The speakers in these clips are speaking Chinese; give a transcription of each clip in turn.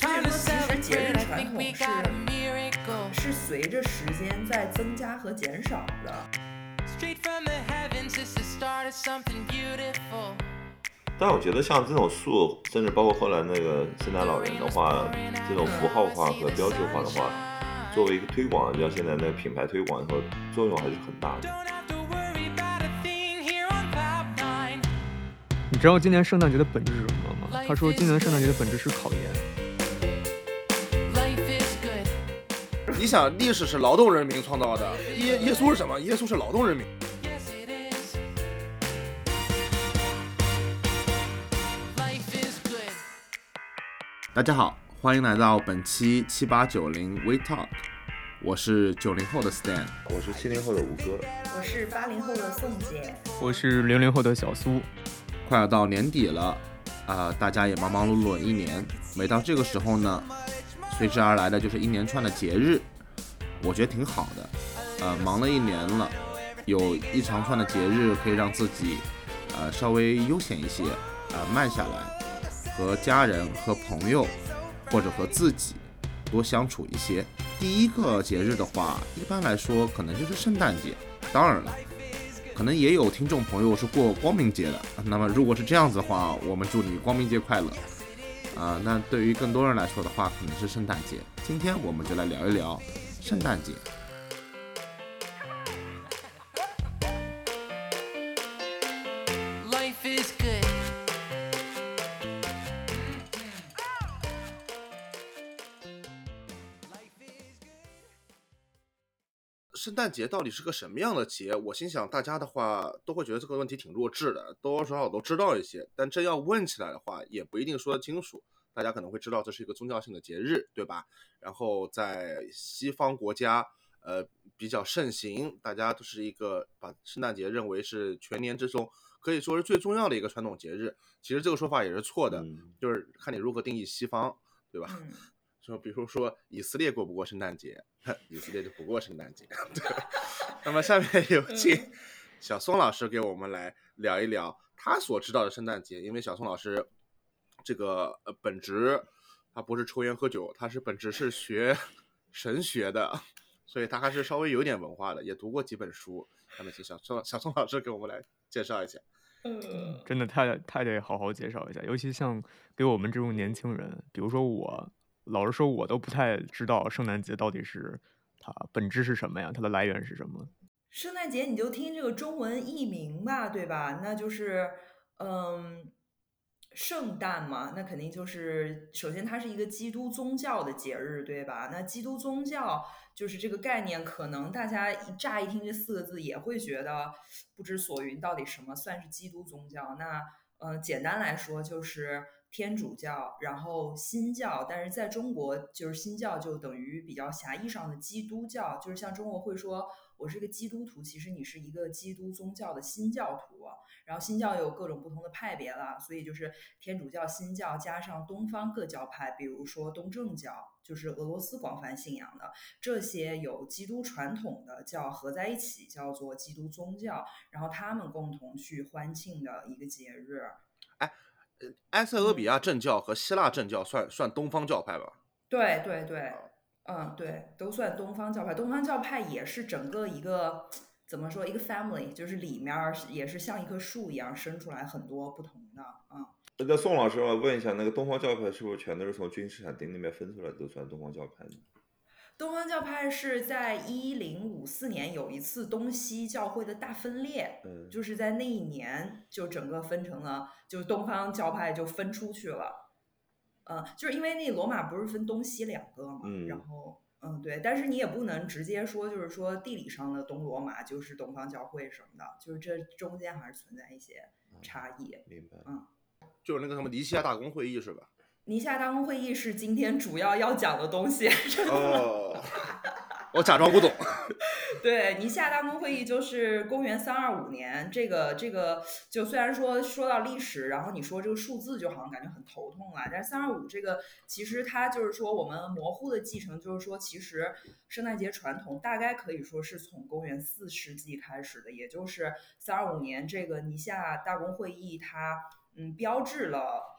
所以说，其实节日传统是随着时间在增加和减少的。 但我觉得像这种树，甚至包括后来那个圣诞老人的话，这种符号化和标志化的话，作为一个推广，像现在那个品牌推广和作用还是很大的。 你知道今年圣诞节的本质是什么吗？他说今年圣诞节的本质是考验。 你想，历史是劳动人民创造的，耶稣是什么？耶稣是劳动人民。大家好，欢迎来到本期7890 We Talk， 我是90后的 Stan， 我是70后的吴哥， 我是80后的宋姐， 我是00后的小苏。 快要到年底了，大家也忙忙碌碌一年，每到这个时候呢，随之而来的就是一连串的节日，我觉得挺好的。忙了一年了，有一长串的节日可以让自己稍微悠闲一些，慢下来，和家人、和朋友或者和自己多相处一些。第一个节日的话，一般来说可能就是圣诞节。当然了，可能也有听众朋友是过光明节的。那么如果是这样子的话，我们祝你光明节快乐。那对于更多人来说的话，可能是圣诞节。今天我们就来聊一聊圣诞节。圣诞节到底是个什么样的节？我心想大家的话都会觉得这个问题挺弱智的，多多少少都知道一些，但真要问起来的话也不一定说得清楚。大家可能会知道这是一个宗教性的节日，对吧？然后在西方国家比较盛行，大家都是一个把圣诞节认为是全年之中可以说是最重要的一个传统节日。其实这个说法也是错的，就是看你如何定义西方，对吧？就比如说以色列过不过圣诞节，以色列就不过圣诞节。对，那么下面有请小宋老师给我们来聊一聊他所知道的圣诞节，因为小宋老师这个本职他不是抽烟喝酒，他是本职是学神学的，所以他还是稍微有点文化的，也读过几本书。那么请小宋老师给我们来介绍一下。 真的太得好好介绍一下，尤其像给我们这种年轻人，比如说我，老实说我都不太知道圣诞节到底是它本质是什么呀，它的来源是什么。 圣诞节你就听这个中文译名吧，对吧？那就是圣诞嘛，那肯定就是首先它是一个基督宗教的节日，对吧？那基督宗教就是这个概念，可能大家乍一听这4个字也会觉得不知所云，到底什么算是基督宗教？那简单来说就是天主教，然后新教，但是在中国就是新教就等于比较狭义上的基督教，就是像中国会说我是一个基督徒，其实你是一个基督宗教的新教徒。然后新教有各种不同的派别了，所以就是天主教、新教加上东方各教派，比如说东正教，就是俄罗斯广泛信仰的，这些有基督传统的教合在一起，叫做基督宗教，然后他们共同去欢庆的一个节日。 埃塞俄比亚正教和希腊正教算东方教派吧？ 对对对，对，都算东方教派。东方教派也是整个一个怎么说一个 family， 就是里面也是像一棵树一样生出来很多不同的。 那个宋老师，我问一下，那个东方教派是不是全都是从君士坦丁那边分出来都算东方教派呢？ 东方教派是在1054年有一次东西教会的大分裂，就是在那一年就整个分成了，就东方教派就分出去了。就是因为那罗马不是分东西2个嘛，然后对，但是你也不能直接说就是说地理上的东罗马就是东方教会什么的，就是这中间还是存在一些差异。 明白。 就是那个什么尼西亚大公会议是吧？ 尼西亚大公会议是今天主要讲的东西。 我假装不懂。 对，尼西亚大公会议就是公元325年，这个就虽然说到历史，然后你说这个数字就好像感觉很头痛了，但是325这个其实它就是说我们模糊的继承，就是说其实圣诞节传统大概可以说是从公元4世纪开始的，也就是325年这个尼西亚大公会议它标志了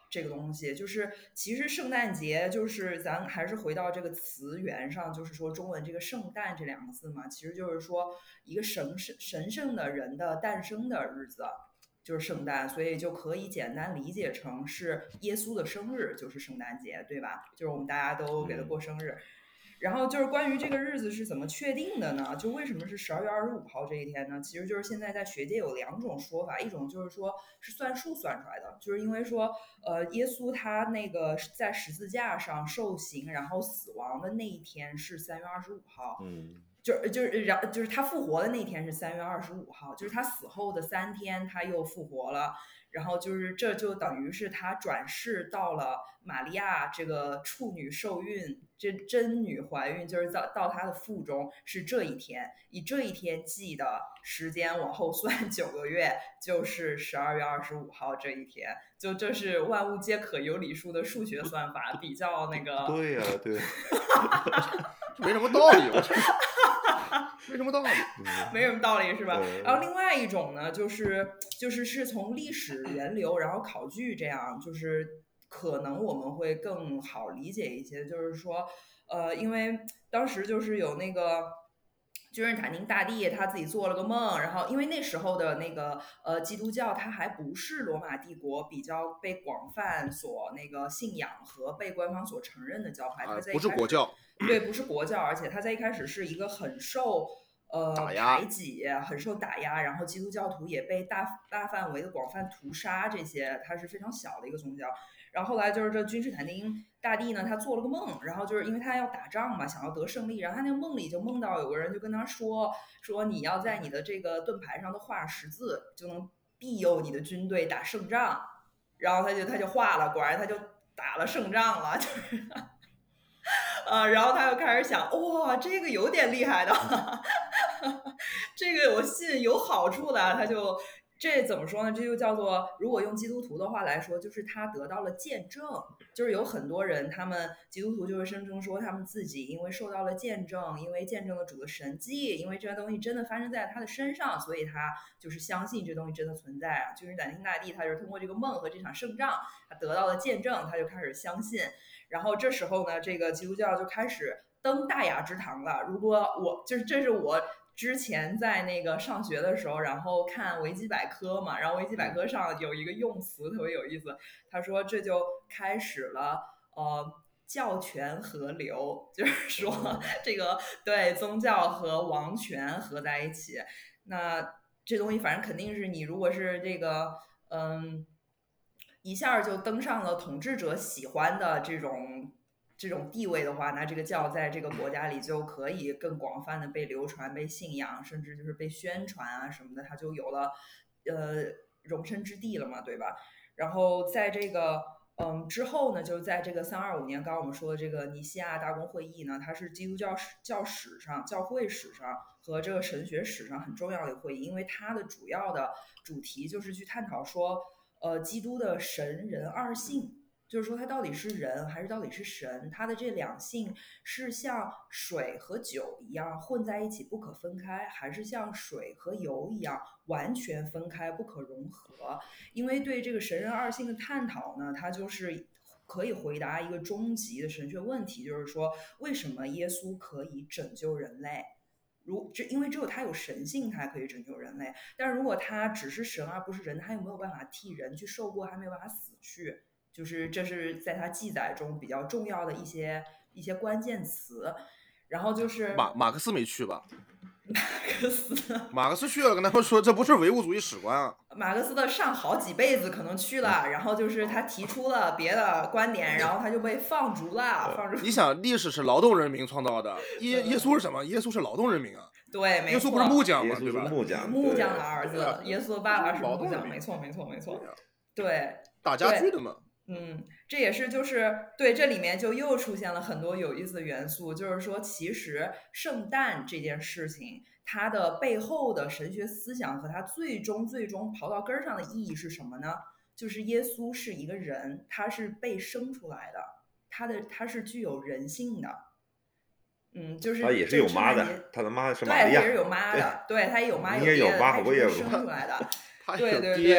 这个东西，就是其实圣诞节就是咱还是回到这个词源上，就是说中文这个圣诞这两个字嘛，其实就是说一个神圣的人的诞生的日子。就是圣诞，所以就可以简单理解成是耶稣的生日，就是圣诞节，对吧？就是我们大家都给他过生日。然后就是关于这个日子是怎么确定的呢？就为什么是12月25号这一天呢？其实就是现在在学界有两种说法，一种就是说是算数算出来的，就是因为说耶稣他那个在十字架上受刑然后死亡的那一天是3月25号。就是他复活的那天是3月25号，就是他死后的3天他又复活了，然后就是这就等于是他转世到了玛利亚这个处女受孕，这真女怀孕，就是到她的腹中是这一天，以这一天计的时间往后算9个月，就是12月25号这一天，就这是万物皆可有理数的数学算法，比较那个对呀、对， 没什么道理，我没什么道理， 没什么道理是吧？ 对然后另外一种呢，就是从历史源流，然后考据这样，就是可能我们会更好理解一些。就是说，因为当时就是有那个君士坦丁大帝他自己做了个梦，然后因为那时候的那个基督教它还不是罗马帝国比较被广泛所那个信仰和被官方所承认的教派，它在不是国教， 对，不是国教，而且它在一开始是一个很受打压排挤，很受打压，然后基督教徒也被大范围的广泛屠杀，这些它是非常小的一个宗教。然后后来就是这君士坦丁大帝呢，他做了个梦，然后就是因为他要打仗嘛，想要得胜利，然后他那个梦里就梦到有个人就跟他说你要在你的这个盾牌上都画十字，就能庇佑你的军队打胜仗。然后他就画了，果然他就打了胜仗了，就是然后他又开始想，哇，这个有点厉害的，这个我信有好处的，他就这怎么说呢？这就叫做，如果用基督徒的话来说，就是他得到了见证。就是有很多人，他们基督徒就会声称说，他们自己因为受到了见证，因为见证了主的神迹，因为这些东西真的发生在他的身上，所以他就是相信这东西真的存在啊。君士坦丁大帝他就是通过这个梦和这场胜仗，他得到了见证，他就开始相信。然后这时候呢，这个基督教就开始登大雅之堂了。如果我就是这是我之前在那个上学的时候，然后看维基百科嘛，然后维基百科上有一个用词特别有意思，他说这就开始了教权合流，就是说这个对宗教和王权合在一起。那这东西反正肯定是你如果是这个一下就登上了统治者喜欢的这种地位的话，那这个教在这个国家里就可以更广泛的被流传、被信仰，甚至就是被宣传啊什么的，它就有了容身之地了嘛，对吧？然后在这个之后呢，就在这个325年，刚刚我们说的这个尼西亚大公会议呢，它是基督教史上、教会史上和这个神学史上很重要的会议，因为它的主要的主题就是去探讨说基督的神人二性，就是说他到底是人还是到底是神，他的这两性是像水和酒一样混在一起不可分开，还是像水和油一样完全分开不可融合。因为对这个神人二性的探讨呢，它就是可以回答一个终极的神学问题，就是说为什么耶稣可以拯救人类，因为只有他有神性，他可以拯救人类。但是如果他只是神而不是人，他又没有办法替人去受过，还没有办法死去。就是这是在他记载中比较重要的一些关键词。然后就是马克思没去吧？ 马克思去了，跟他们说这不是唯物主义史观啊。 马克思的上好几辈子可能去了，然后就是他提出了别的观点，然后他就被放逐了。 你想，历史是劳动人民创造的，耶稣是什么？耶稣是劳动人民啊。 对，没错。 耶稣不是木匠吗？ 对吧？木匠的儿子，耶稣的爸爸是木匠，没错。对， 打家具的嘛。 这也是就是对，这里面就又出现了很多有意思的元素，就是说其实圣诞这件事情它的背后的神学思想和它最终刨到根儿上的意义是什么呢？就是耶稣是一个人，他是被生出来的，他是具有人性的。就是他也是有妈的，他的妈是玛利亚， 对，他也是有妈的，对，他也有妈有爹的，他也是生出来的，对，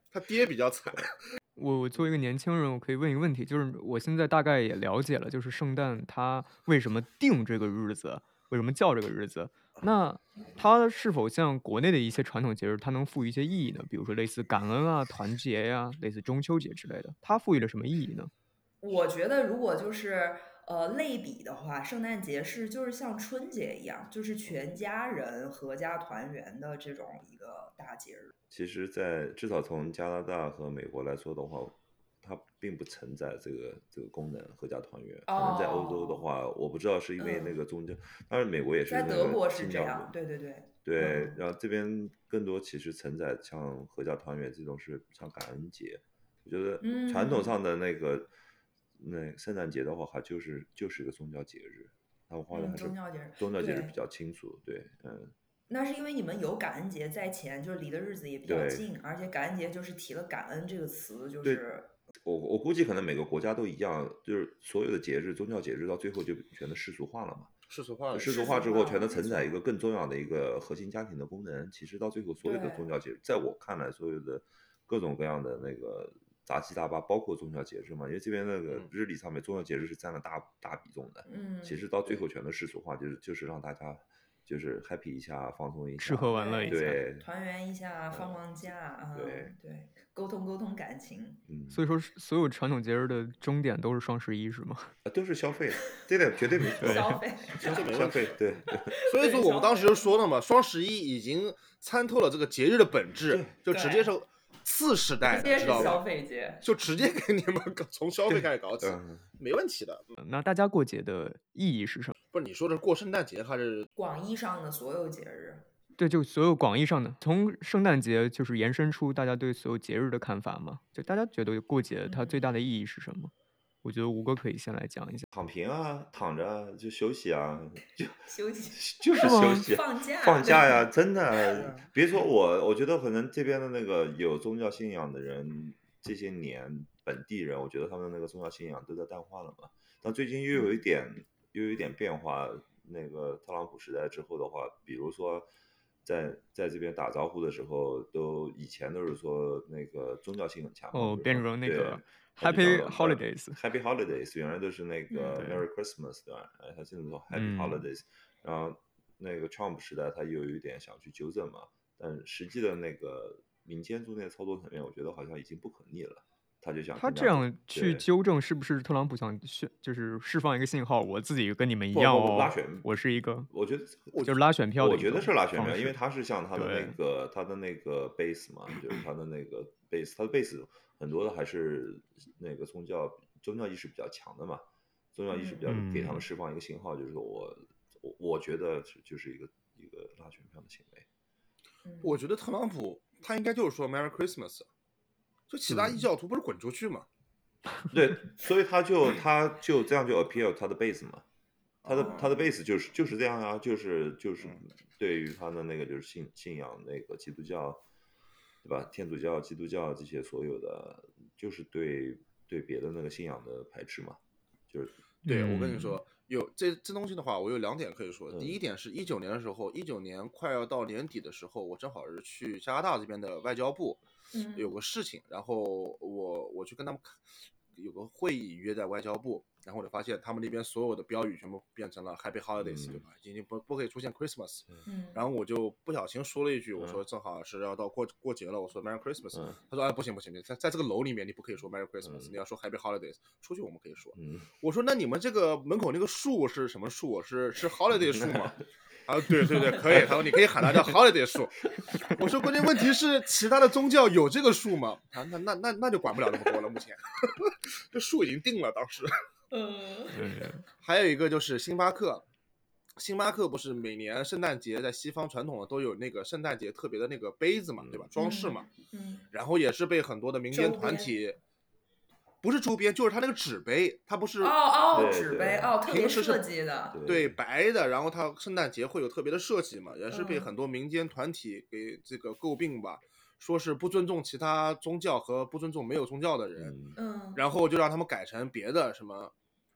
他爹比较惨。 我作为一个年轻人，我可以问一个问题，就是我现在大概也了解了，就是圣诞它为什么定这个日子，为什么叫这个日子？那它是否像国内的一些传统节日，它能赋予一些意义呢？比如说类似感恩啊、团结呀、类似中秋节之类的，它赋予了什么意义呢？ 我觉得如果就是类比的话，圣诞节就是像春节一样，就是全家人合家团圆的这种一个大节日。 其实至少从加拿大和美国来说的话，它并不承载这个功能，合家团圆。可能在欧洲的话，我不知道是因为那个宗教，当然美国也是在那个德国是新教这样， 徒。 对对对。 对，然后这边更多其实承载像合家团圆这种是像感恩节，我觉得传统上的那圣诞节的话，它就是一个宗教节日，他们画的还是宗教节日， 宗教节日对比较清楚，对， 那是因为你们有感恩节在前，就是离的日子也比较近，而且感恩节就是提了感恩这个词，就是我估计可能每个国家都一样，就是所有的节日，宗教节日到最后就全都世俗化了嘛。 世俗化了， 世俗化之后，全都承载一个更重要的一个核心家庭的功能。其实到最后，所有的宗教节日，在我看来，所有的各种各样的那个杂七杂八，包括宗教节日嘛，因为这边那个日历上面宗教节日是占了大比重的。其实到最后全都世俗化，就是让大家就是 happy 一下，放松一下， 吃喝玩乐一下， 对， 团圆一下，放假啊，对，沟通感情。 所以说，所有传统节日的终点都是双11，是吗？ 都是消费，这点绝对没错。消费，对。 所以说我们当时就说了嘛，双11已经参透了这个节日的本质，就直接是次世代的，知道吧？ 消费节， 就直接给你们从消费开始搞起，没问题的。 那大家过节的意义是什么？ 不是你说的是过圣诞节还是广义上的所有节日？ 对，就所有广义上的，从圣诞节就是延伸出大家对所有节日的看法嘛。就大家觉得过节它最大的意义是什么？我觉得吴哥可以先来讲一下。 躺平啊，躺着就休息啊，就是休息， 放假呀，真的。别说我觉得可能这边的那个有宗教信仰的人，这些年本地人，我觉得他们那个宗教信仰都在淡化了嘛。但最近又有一点变化。那个特朗普时代之后的话，比如说在这边打招呼的时候，以前都是说那个宗教性很强， 变成那个 Happy Holidays，Happy Holidays， 原来都是那个 Merry Christmas， 对吧？他现在说 Happy Holidays，然后那个 Trump 时代他又有一点想去纠正嘛，但实际的那个民间中间的操作层面，我觉得好像已经不可逆了。他这样去纠正，是不是特朗普想就是释放一个信号，我自己跟你们一样哦， 拉选， 我是一个， 我觉得就是拉选票的， 我觉得是拉选票，因为他是像他的那个 base 嘛，就是他的那个 base， 他的 base 很多的还是那个宗教意识比较强的嘛，宗教意识比较给他们释放一个信号，就是说我觉得就是一个拉选票的行为。 我觉得特朗普他应该就是说 Merry Christmas。就其他异教徒不是滚出去吗？ 对，所以他就这样就 appeal 他的 base 嘛，他的 base 就是这样啊，就是对于他的那个就是信仰那个基督教，对吧？天主教、基督教这些所有的，就是对别的那个信仰的排斥嘛，就是对我跟你说，有这东西的话，我有2点可以说。第一点是19年的时候，19年快要到年底的时候，我正好是去加拿大这边的外交部。有个事情，然后我去跟他们有个会议约在外交部，然后我就发现他们那边所有的标语全部变成了 Happy Holidays，对吧？已经不可以出现 Christmas。然后我就不小心说了一句，我说正好是要到过节了，我说 Merry Christmas。他说不行，在这个楼里面你不可以说 Merry Christmas，你要说 Happy Holidays。出去我们可以说。我说那你们这个门口那个树是什么树？是 Holiday 树吗？对，可以。他说你可以喊它叫 Holiday 树。我说关键问题是其他的宗教有这个树吗？那就管不了那么多了，目前这树已经定了当时。还有一个就是星巴克不是每年圣诞节在西方传统的都有那个圣诞节特别的那个杯子嘛，对吧？装饰嘛。然后也是被很多的民间团体。不是周边，就是它那个纸杯，它不是纸杯特别设计的， 对，白的，然后它圣诞节会有特别的设计嘛，也是被很多民间团体给这个诟病吧，说是不尊重其他宗教和不尊重没有宗教的人，然后就让他们改成别的什么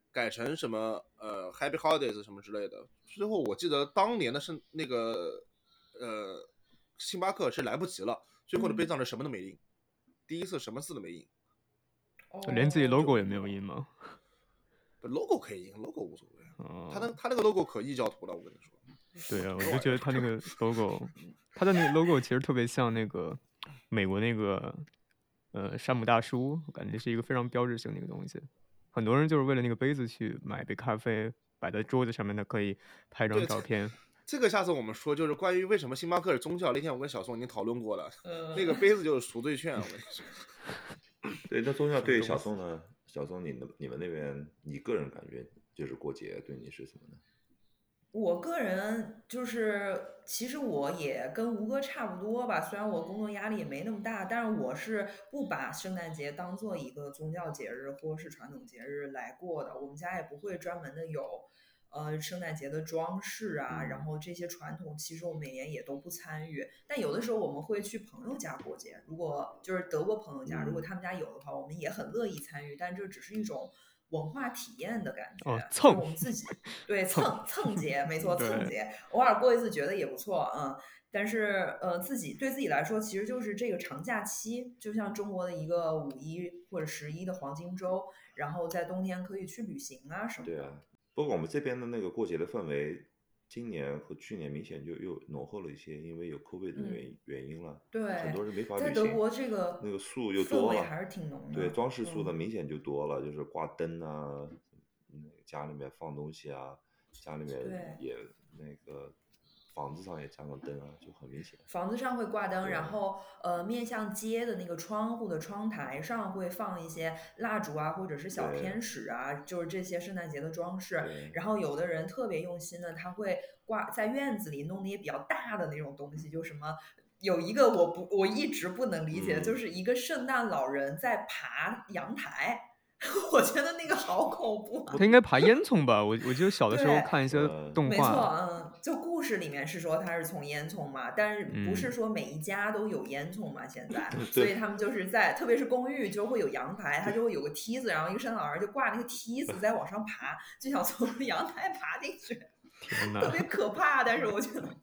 Happy Holidays 什么之类的。最后我记得当年的是那个星巴克是来不及了，最后的杯上是什么都没印。 第一次什么字都没印， 连自己哦 logo 也没有印吗？ logo 可以印，logo 无所谓。 哦， 他那个 logo 可异教徒了，我跟你说。 对啊，我就觉得他那个 logo，他的那个 logo 其实特别像那个美国那个山姆大叔，我感觉是一个非常标志性的一个东西。很多人就是为了那个杯子去买杯咖啡，摆在桌子上面，他可以拍张对照片。 这个下次我们说，就是关于为什么星巴克是宗教，那天我跟小宋已经讨论过了。那个杯子就是赎罪券，我跟你说。 对，那宗教对小宋呢？小宋，你们那边，你个人感觉就是过节对你是什么呢？ 我个人就是，其实我也跟吴哥差不多吧，虽然我工作压力也没那么大，但是我是不把圣诞节当做一个宗教节日或是传统节日来过的。我们家也不会专门的有，圣诞节的装饰啊，然后这些传统，其实我每年也都不参与。但有的时候我们会去朋友家过节，如果就是德国朋友家，如果他们家有的话，我们也很乐意参与，但这只是一种文化体验的感觉，就是我们自己对蹭节，没错，蹭节，偶尔过一次觉得也不错，但是自己对自己来说，其实就是这个长假期，就像中国的一个5·1或者11的黄金周，然后在冬天可以去旅行啊什么的。 对啊，不过我们这边的那个过节的氛围，今年和去年明显就又浓厚了一些，因为有 COVID 的原因了， 对， 很多人没法旅行。 在德国这个那个树又氛多了， 围还是挺浓的。 对，装饰树的明显就多了，就是挂灯啊，家里面放东西啊，家里面也那个房子上也加上灯啊，就很明显。 房子上会挂灯，然后面向街的那个窗户的窗台上会放一些蜡烛啊，或者是小天使啊，就是这些圣诞节的装饰。然后有的人特别用心的，他会挂在院子里弄那些比较大的那种东西，就什么。有一个我一直不能理解，就是一个圣诞老人在爬阳台。我觉得那个好恐怖啊！ 他应该爬烟囱吧？我记得小的时候看一些动画， 没错，就故事里面是说他是从烟囱嘛，但是不是说每一家都有烟囱嘛？现在，所以他们就是在，特别是公寓就会有阳台，它就会有个梯子，然后一个圣诞老人就挂那个梯子在往上爬，就想从阳台爬进去，特别可怕。但是我觉得，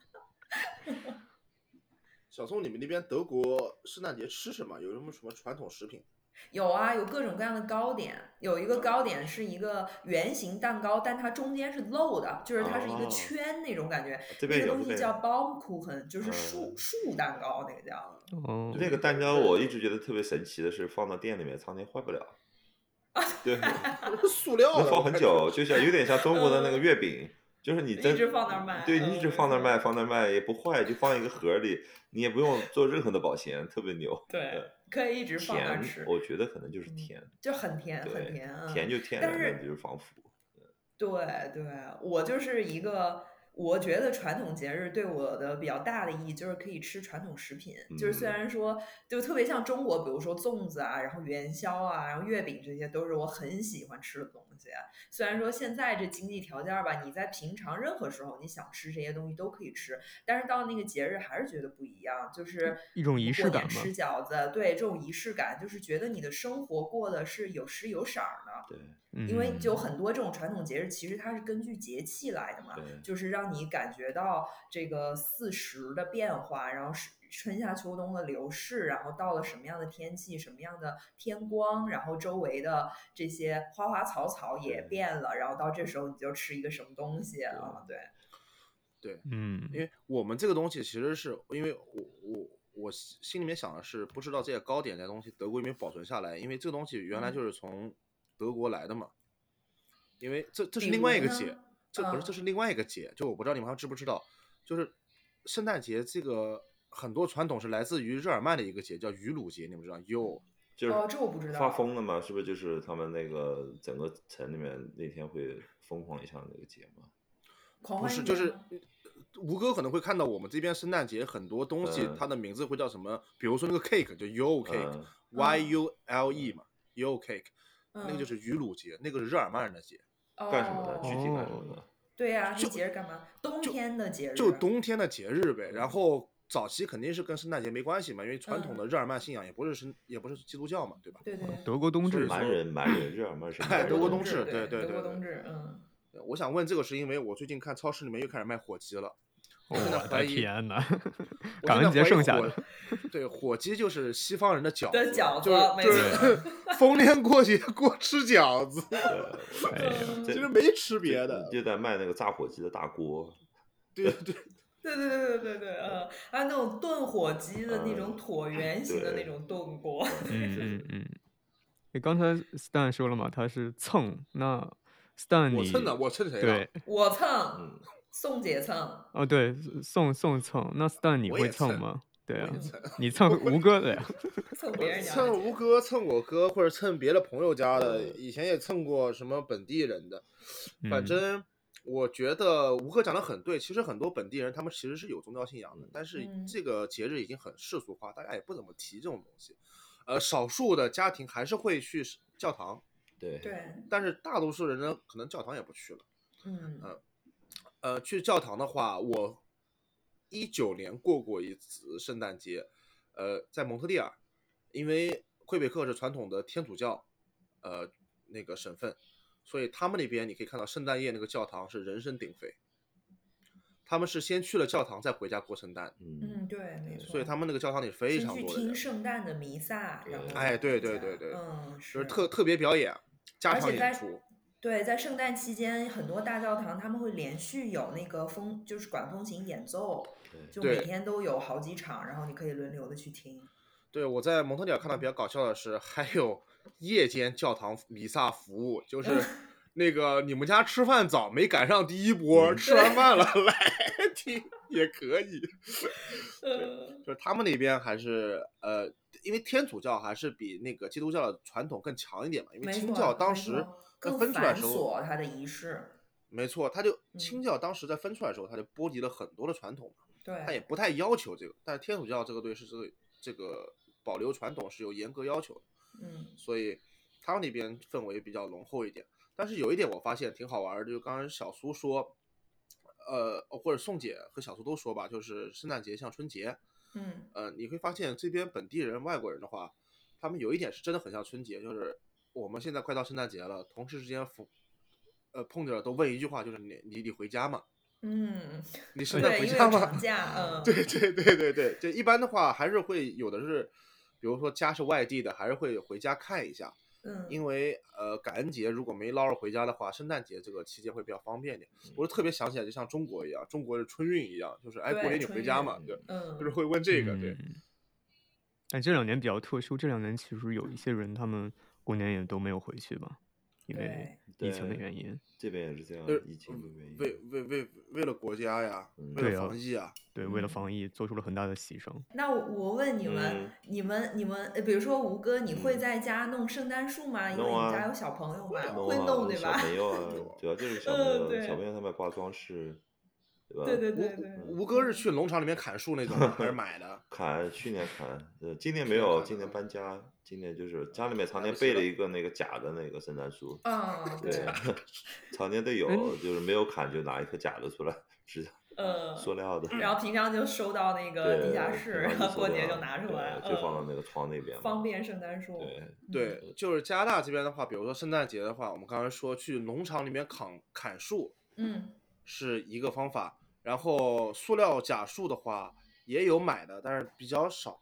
小宋，你们那边德国圣诞节吃什么？有什么传统食品？ 有啊，有各种各样的糕点。有一个糕点是一个圆形蛋糕，但它中间是漏的，就是它是一个圈那种感觉。那个东西叫 Baumkuchen， 就是树蛋糕，那个叫。 那个蛋糕我一直觉得特别神奇的是，放到店里面常年坏不了。对， 塑料能放很久，就像有点像中国的那个月饼。就是你一直放那儿卖， 对，你一直放那儿卖，放那儿卖也不坏，就放一个盒里，你也不用做任何的保鲜，特别牛。 对，可以一直放那儿吃。 我觉得可能就是甜， 就很甜，很甜， 甜就天然的就是防腐。 对，我就是一个。我觉得传统节日对我的比较大的意义就是可以吃传统食品，就是虽然说就特别像中国，比如说粽子啊，然后元宵啊，然后月饼，这些都是我很喜欢吃的东西。虽然说现在这经济条件吧，你在平常任何时候你想吃这些东西都可以吃，但是到那个节日还是觉得不一样，就是一种仪式感嘛。 吃饺子，对，这种仪式感就是觉得你的生活过得是有时有色的。 对。 因为就很多这种传统节日，其实它是根据节气来的嘛，就是让你感觉到这个四时的变化，然后春夏秋冬的流逝，然后到了什么样的天气，什么样的天光，然后周围的这些花花草草也变了，然后到这时候你就吃一个什么东西啊？ 对，因为我们这个东西其实是因为我心里面想的是，不知道这些糕点这东西德国有没有保存下来，因为这个东西原来就是从德国来的嘛，因为这是另外一个节，这是另外一个节，就我不知道你们还知不知道，就是圣诞节这个很多传统是来自于日耳曼的一个节，叫雨露节，你们知道？ 就是这我不知道。 发疯了吗？是不是就是他们那个整个城里面那天会疯狂一下那个节吗？ 不是，就是吴哥可能会看到我们这边圣诞节很多东西，它的名字会叫什么？比如说那个 cake 就 Yule cake，YULE 嘛，Yule cake。那个就是雨露节，那个是日耳曼人的节， 干什么的？具体干什么的？ 对呀，这节日干嘛？冬天的节日， 就冬天的节日呗。然后早期肯定是跟圣诞节没关系嘛，因为传统的日耳曼信仰也不是基督教嘛，对吧？ 对， 德国冬至， 蛮人，日耳曼是德国冬至，对， 德国冬至， 我想问这个是因为我最近看超市里面又开始卖火鸡了， 我现在我的怀疑， 天呐， 我感恩节现在怀疑剩下的， 对，火鸡就是西方人的饺子， 的饺子就是没就是逢年过节过吃饺子， 哎呀， 其实没吃别的。 就在卖那个炸火鸡的大锅。 对对对，还有那种炖火鸡的那种椭圆形的那种炖锅。 刚才 Stan 说了嘛，他是蹭，那 Stan 我蹭的， 你我蹭谁了？ 对我蹭，宋姐蹭， 哦对，宋蹭，那 Stan 你会我也蹭蹭吗？对啊我也蹭， 你蹭吴哥的呀？ 蹭别人家的蹭吴哥、蹭我哥或者蹭别的朋友家的， 嗯以前也蹭过什么本地人的，反嗯正我觉得吴哥讲的很对，其实很多本地人他们其实是有宗教信仰的，但是这个节日已经很世俗化，大家也不怎么提这种东西。少数的家庭还是会去教堂， 对， 但是大多数人呢，可能教堂也不去了。 嗯， 去教堂的话，我19年过过一次圣诞节，在蒙特利尔，因为魁北克是传统的天主教，那个省份，所以他们那边你可以看到圣诞夜那个教堂是人声鼎沸。他们是先去了教堂，再回家过圣诞。 对，没错。 所以他们那个教堂里非常多的人。 先去听圣诞的弥撒，然后哎，对， 是就是特别表演，加场演出。 对，在圣诞期间，很多大教堂他们会连续有那个就是管风琴演奏，就每天都有好几场，然后你可以轮流的去听。 对，我在蒙特利尔看到比较搞笑的是，还有夜间教堂弥撒服务，就是那个你们家吃饭早没赶上第一波，吃完饭了来听也可以。对，就是他们那边还是因为天主教还是比那个基督教的传统更强一点嘛，因为清教当时更分出来的时候， 它的仪式。 没错，他就清教当时在分出来的时候，他就波及了很多的传统嘛。 对， 他也不太要求这个，但是天主教这个对是这个保留传统是有严格要求的。所以他们那边氛围比较浓厚一点。但是有一点我发现挺好玩的，就刚才小苏说，或者宋姐和小苏都说吧，就是圣诞节像春节，你会发现这边本地人、外国人的话，他们有一点是真的很像春节，就是我们现在快到圣诞节了，同事之间碰着了都问一句话，就是你回家吗？你圣诞回家吗？对，就一般的话还是会有的是，比如说家是外地的，还是会回家看一下。因为感恩节如果没捞着回家的话，圣诞节这个期间会比较方便一点。我就特别想起来，就像中国一样，中国是春运一样，就是过年你回家嘛，对，就是会问这个，对。 但这2年比较特殊，这2年其实有一些人他们过年也都没有回去吧，因为疫情的原因。 这边也是这样，疫情的原因。为了国家呀，为了防疫啊， 对，为了防疫做出了很大的牺牲。 那我问你们，你们，比如说吴哥，你会在家弄圣诞树吗？因为你家有小朋友嘛，会弄对吧？ 小朋友啊，主要就是小朋友，小朋友他们挂装饰，对吧？ 对。 吴哥是去农场里面砍树那种还是买的？ 去年砍，今年没有，今年搬家，今年就是家里面常年备了一个那个假的那个圣诞树，对，常年都有，就是没有砍就拿一棵假的出来，是塑料的， 然后平常就收到那个地下室，然后过节就拿出来， 就放到那个窗那边， 方便圣诞树。 对，就是加拿大这边的话，比如说圣诞节的话，我们刚才说去农场里面砍树，是一个方法。然后塑料假树的话也有买的，但是比较少。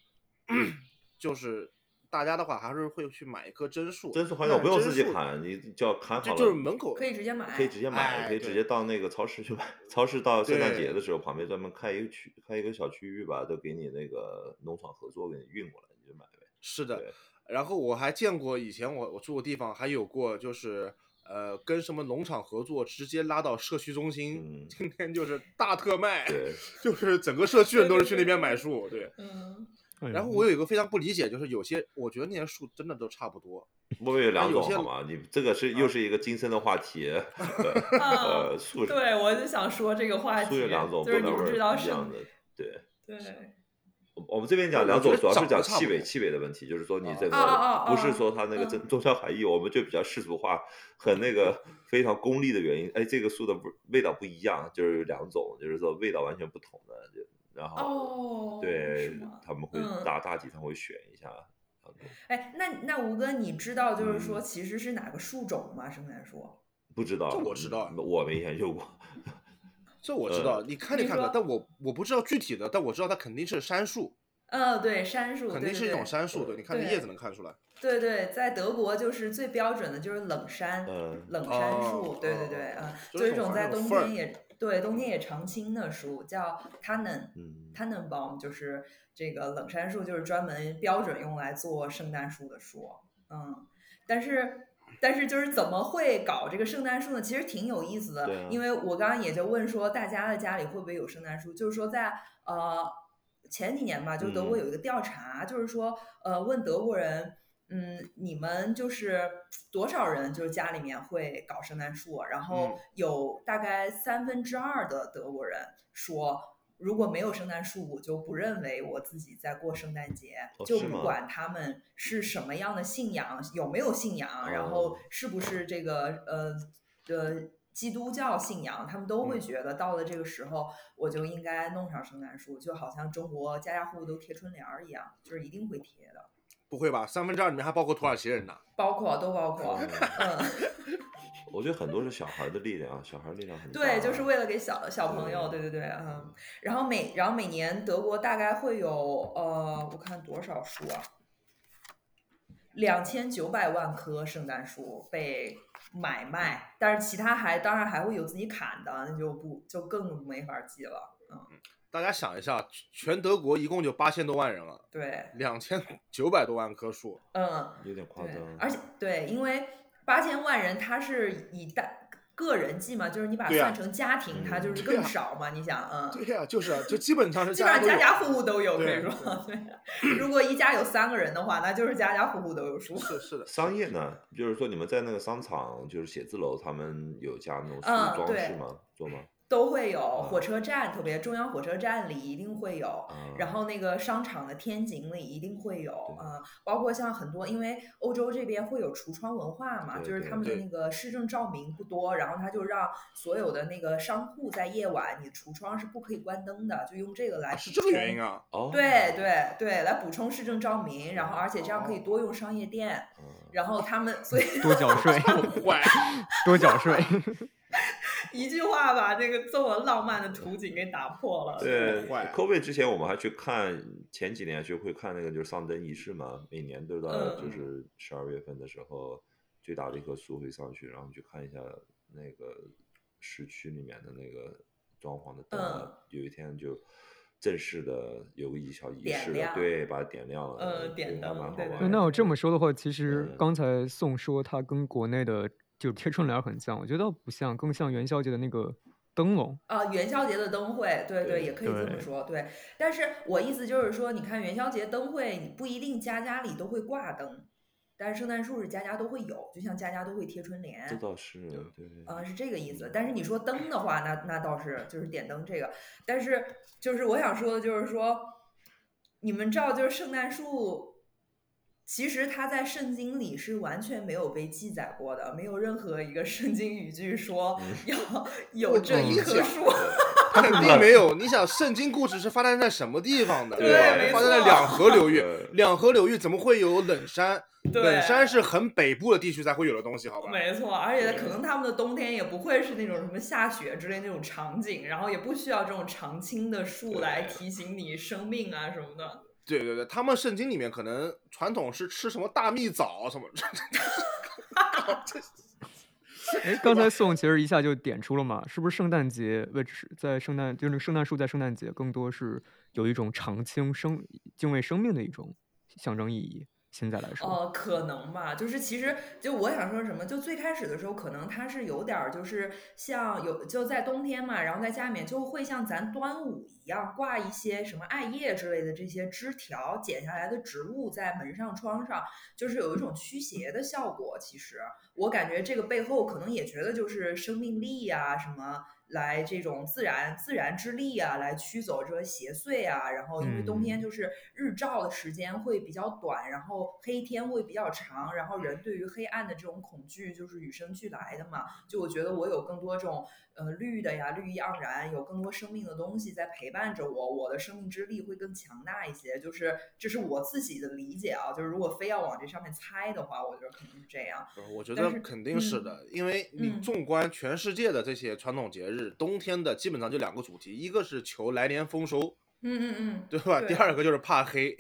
就是大家的话还是会去买一棵真树。 真树好像不用自己砍，你就要砍好了， 就是门口可以直接买， 可以直接到那个超市去买。超市到圣诞节的时候，旁边专门开一个小区域吧，都给你那个农场合作给你运过来，你就买呗。 是的。然后我还见过以前我住的地方还有过，就是跟什么农场合作，直接拉到社区中心，今天就是大特卖，就是整个社区人都是去那边买树，对。然后我有一个非常不理解，就是有些我觉得那些树真的都差不多。 我有2种好吗？你这个又是一个今生的话题。树对，我就想说这个话题， 树有2种， 就是你不知道一样的，对。我们这边讲2种，主要是讲气味的问题，就是说你这个不是说它那个宗教含义，我们就比较世俗化，很那个非常功利的原因。这个树的味道不一样，就是有2种，就是说味道完全不同的，然后对他们会大体上会选一下。 那吴哥，你知道就是说其实是哪个树种吗？圣诞树？ 不知道， 这我知道， 我没研究过。 这我知道，你看你说但我不知道具体的，但我知道它肯定是杉树， 对，杉树， 肯定是一种杉树， 对对，你看那叶子能看出来。 对对，在德国就是最标准的就是冷杉，冷杉树，对对对，就是一种在冬天也常青的树，叫 Tannenbaum，就是这个冷杉树，就是专门标准用来做圣诞树的树，但是就是怎么会搞这个圣诞树呢？其实挺有意思的，因为我刚刚也就问说，大家的家里会不会有圣诞树？就是说在前几年吧，就德国有一个调查，就是说问德国人，你们就是多少人就是家里面会搞圣诞树？然后有大概2/3的德国人说，如果没有圣诞树，我就不认为我自己在过圣诞节，就不管他们是什么样的信仰，有没有信仰，然后是不是这个基督教信仰，他们都会觉得到了这个时候，我就应该弄上圣诞树，就好像中国家家户户都贴春联一样，就是一定会贴的。 不会吧？2/3里面还包括土耳其人呢？ 都包括。 我觉得很多是小孩的力量，小孩力量很大。 对，就是为了给小朋友，对，然后每年德国大概会有我看多少树啊，2900万棵圣诞树被买卖，但是其他当然还会有自己砍的，那就更没法记了。 大家想一下，全德国一共就8000多万人了， 对 ，2900多万棵树， 有点夸张。 而且对，因为8000万人，他是以个人计嘛，就是你把它算成家庭，它就是更少嘛。你想， 对呀，就基本上是家家户户都有，可以说， 对。 如果一家有3个人的话，那就是家家户户都有树。 是的。 商业呢，就是说你们在那个商场，就是写字楼，他们有加那种树装饰吗？做吗？ 都会有，火车站特别中央火车站里一定会有，然后那个商场的天井里一定会有包括像很多，因为欧洲这边会有橱窗文化嘛，就是他们的那个市政照明不多，然后他就让所有的那个商铺在夜晚你橱窗是不可以关灯的，就用这个来是这个原因啊？ 对，来补充市政照明，然后而且这样可以多用商业电，然后他们所以多缴税，多缴税。 一句话把这个这么浪漫的图景给打破了。 对 ，COVID 之前我们还去看，前几年就会看那个就是上灯仪式嘛，每年都到就是12月份的时候，最大的一棵树会上去，然后去看一下那个市区里面的那个装潢的灯，有一天就正式的有个小仪式的，对，把它点亮， 点灯，对。 那我这么说的话，其实刚才宋说它跟国内的就贴春联很像，我觉得不像，更像元宵节的那个灯笼元宵节的灯会，对，也可以这么说，对。但是我意思就是说，你看元宵节灯会，你不一定家家里都会挂灯，但是圣诞树是家家都会有，就像家家都会贴春联。 这倒是，对。 是这个意思。但是你说灯的话，那倒是就是点灯这个。但是就是我想说的就是说，你们知道就是圣诞树。其实它在圣经里是完全没有被记载过的，没有任何一个圣经语句说要有这一棵树。 肯定没有。你想，圣经故事是发生在什么地方的？ 对， 发生在两河流域。两河流域怎么会有冷杉？冷杉是很北部的地区才会有的东西，好吧？ 没错，而且可能他们的冬天也不会是那种什么下雪之类那种场景，然后也不需要这种常青的树来提醒你生命啊什么的。 对，他们圣经里面可能传统是吃什么大蜜枣什么。 刚才宋其实一下就点出了嘛，是不是圣诞节在圣诞就是圣诞树在圣诞节更多是有一种常青敬畏生命的一种象征意义？现在来说， 可能吧，就是其实就我想说什么，就最开始的时候，可能它是有点就是像就在冬天嘛，然后在家里面就会像咱端午一样挂一些什么艾叶之类的这些枝条剪下来的植物在门上窗上，就是有一种驱邪的效果。其实我感觉这个背后可能也觉得就是生命力啊什么。来这种自然之力啊，来驱走这些邪祟啊，然后因为冬天就是日照的时间会比较短，然后黑天会比较长，然后人对于黑暗的这种恐惧就是与生俱来的嘛。就我觉得我有更多这种绿的呀，绿意盎然，有更多生命的东西在陪伴着我，我的生命之力会更强大一些。就是这是我自己的理解啊，就是如果非要往这上面猜的话，我觉得肯定是这样。 我觉得肯定是的，因为你纵观全世界的这些传统节日。 日，冬天的基本上就2个主题，一个是求来年丰收，对吧？ 对第二个就是怕黑。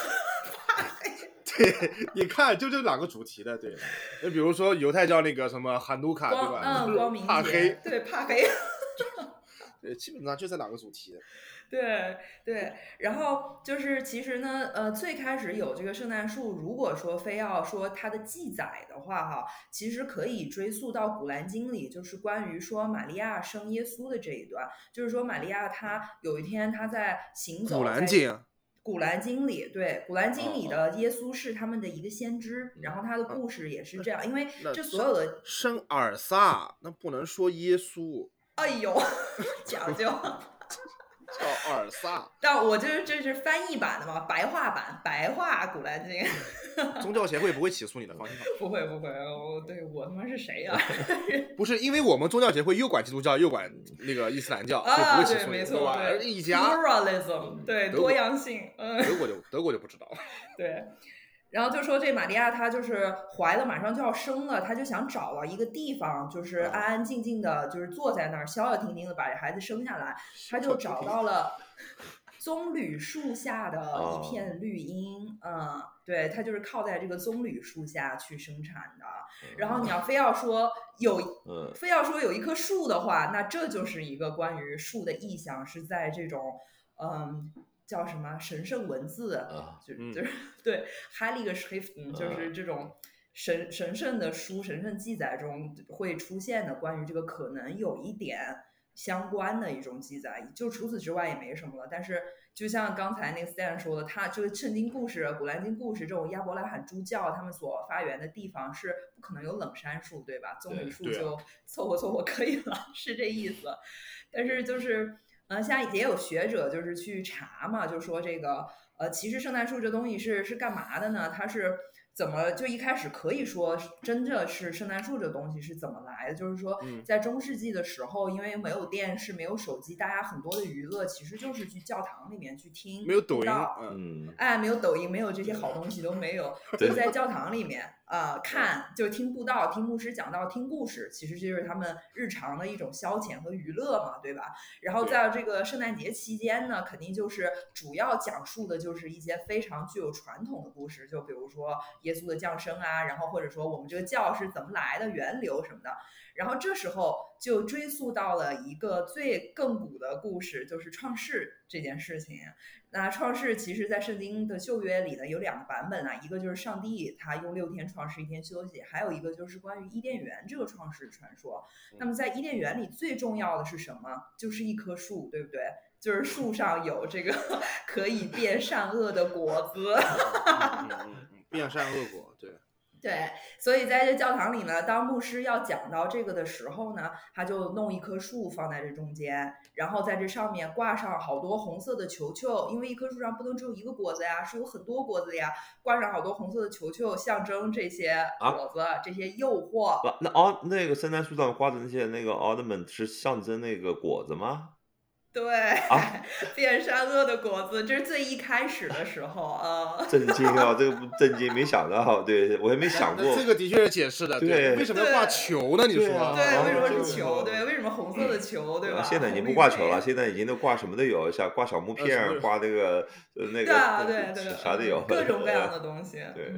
对，你看就这2个主题的，对。那比如说犹太教那个什么汉努卡，对吧？ 光明节， 怕黑， 对，怕黑。 对，基本上就这2个主题。 对，然后就是其实呢，最开始有这个圣诞树，如果说非要说它的记载的话，哈，其实可以追溯到《古兰经》里，就是关于说玛利亚生耶稣的这一段，就是说玛利亚她有一天她在行走， 古兰经。 古兰经里，对，古兰经里的耶稣是他们的一个先知，然后他的故事也是这样，因为这所有的生尔撒，那不能说耶稣。 哎呦，讲究。 叫尔撒， 但我就是这是翻译版的嘛，白话版，白话古兰经。 宗教协会不会起诉你的，放心吧。 不会，对我他妈是谁呀？ 不是，因为我们宗教协会又管基督教又管那个伊斯兰教，所以不会起诉你， 没错， 对，一家 pluralism， 对，多样性。 德国就不知道了。 对。然后就说这玛利亚她就是怀了，马上就要生了，她就想找到一个地方，就是安安静静的，就是坐在那儿，消消停停的把这孩子生下来。她就找到了棕榈树下的一片绿荫，对，她就是靠在这个棕榈树下去生产的。然后你要非要说有一棵树的话，那这就是一个关于树的意象，是在这种叫什么神圣文字，就是对 Heilige Schriften， 就是这种神圣的书、神圣记载中会出现的关于这个可能有一点相关的一种记载，就除此之外也没什么了。但是就像刚才那个 Stan 说的，他就是圣经故事、古兰经故事这种亚伯拉罕诸教他们所发源的地方是不可能有冷杉树，对吧？棕榈树就凑合可以了，是这意思。但是就是现在也有学者就是去查嘛，就说这个其实圣诞树这东西是干嘛的呢？它是怎么就一开始可以说真的是圣诞树这东西是怎么来的？就是说在中世纪的时候，因为没有电视、没有手机，大家很多的娱乐其实就是去教堂里面去听， 没有抖音， 没有抖音，没有这些好东西都没有，就在教堂里面看，就听布道、听牧师讲道、听故事，其实就是他们日常的一种消遣和娱乐嘛，对吧？然后在这个圣诞节期间呢，肯定就是主要讲述的就是一些非常具有传统的故事，就比如说耶稣的降生啊，然后或者说我们这个教是怎么来的、源流什么的。然后这时候就追溯到了一个最亘古的故事，就是创世这件事情。那创世其实在圣经的旧约里呢有2个版本啊，一个就是上帝他用6天创世1天休息，还有一个就是关于伊甸园这个创世传说。那么在伊甸园里最重要的是什么？就是一棵树，对不对？就是树上有这个可以变善恶的果子。 变善恶果， 对，所以在这教堂里呢，当牧师要讲到这个的时候呢，他就弄一棵树放在这中间，然后在这上面挂上好多红色的球球，因为一棵树上不能只有一个果子呀，是有很多果子呀，挂上好多红色的球球，象征这些果子，这些诱惑。 那个圣诞树上挂着那些那个 ornament 是象征那个果子吗？ 对，变善恶的果子，这是最一开始的时候震惊啊！这个不震惊，没想到，对我也没想过。 这个的确是解释的， 对， 为什么要挂球呢？你说， 对，为什么是球？对，为什么红色的球？对吧？ 现在已经不挂球了，现在已经都挂什么都有，像挂小木片，挂那个那个， 对， 啥都有， 各种各样的东西。 对，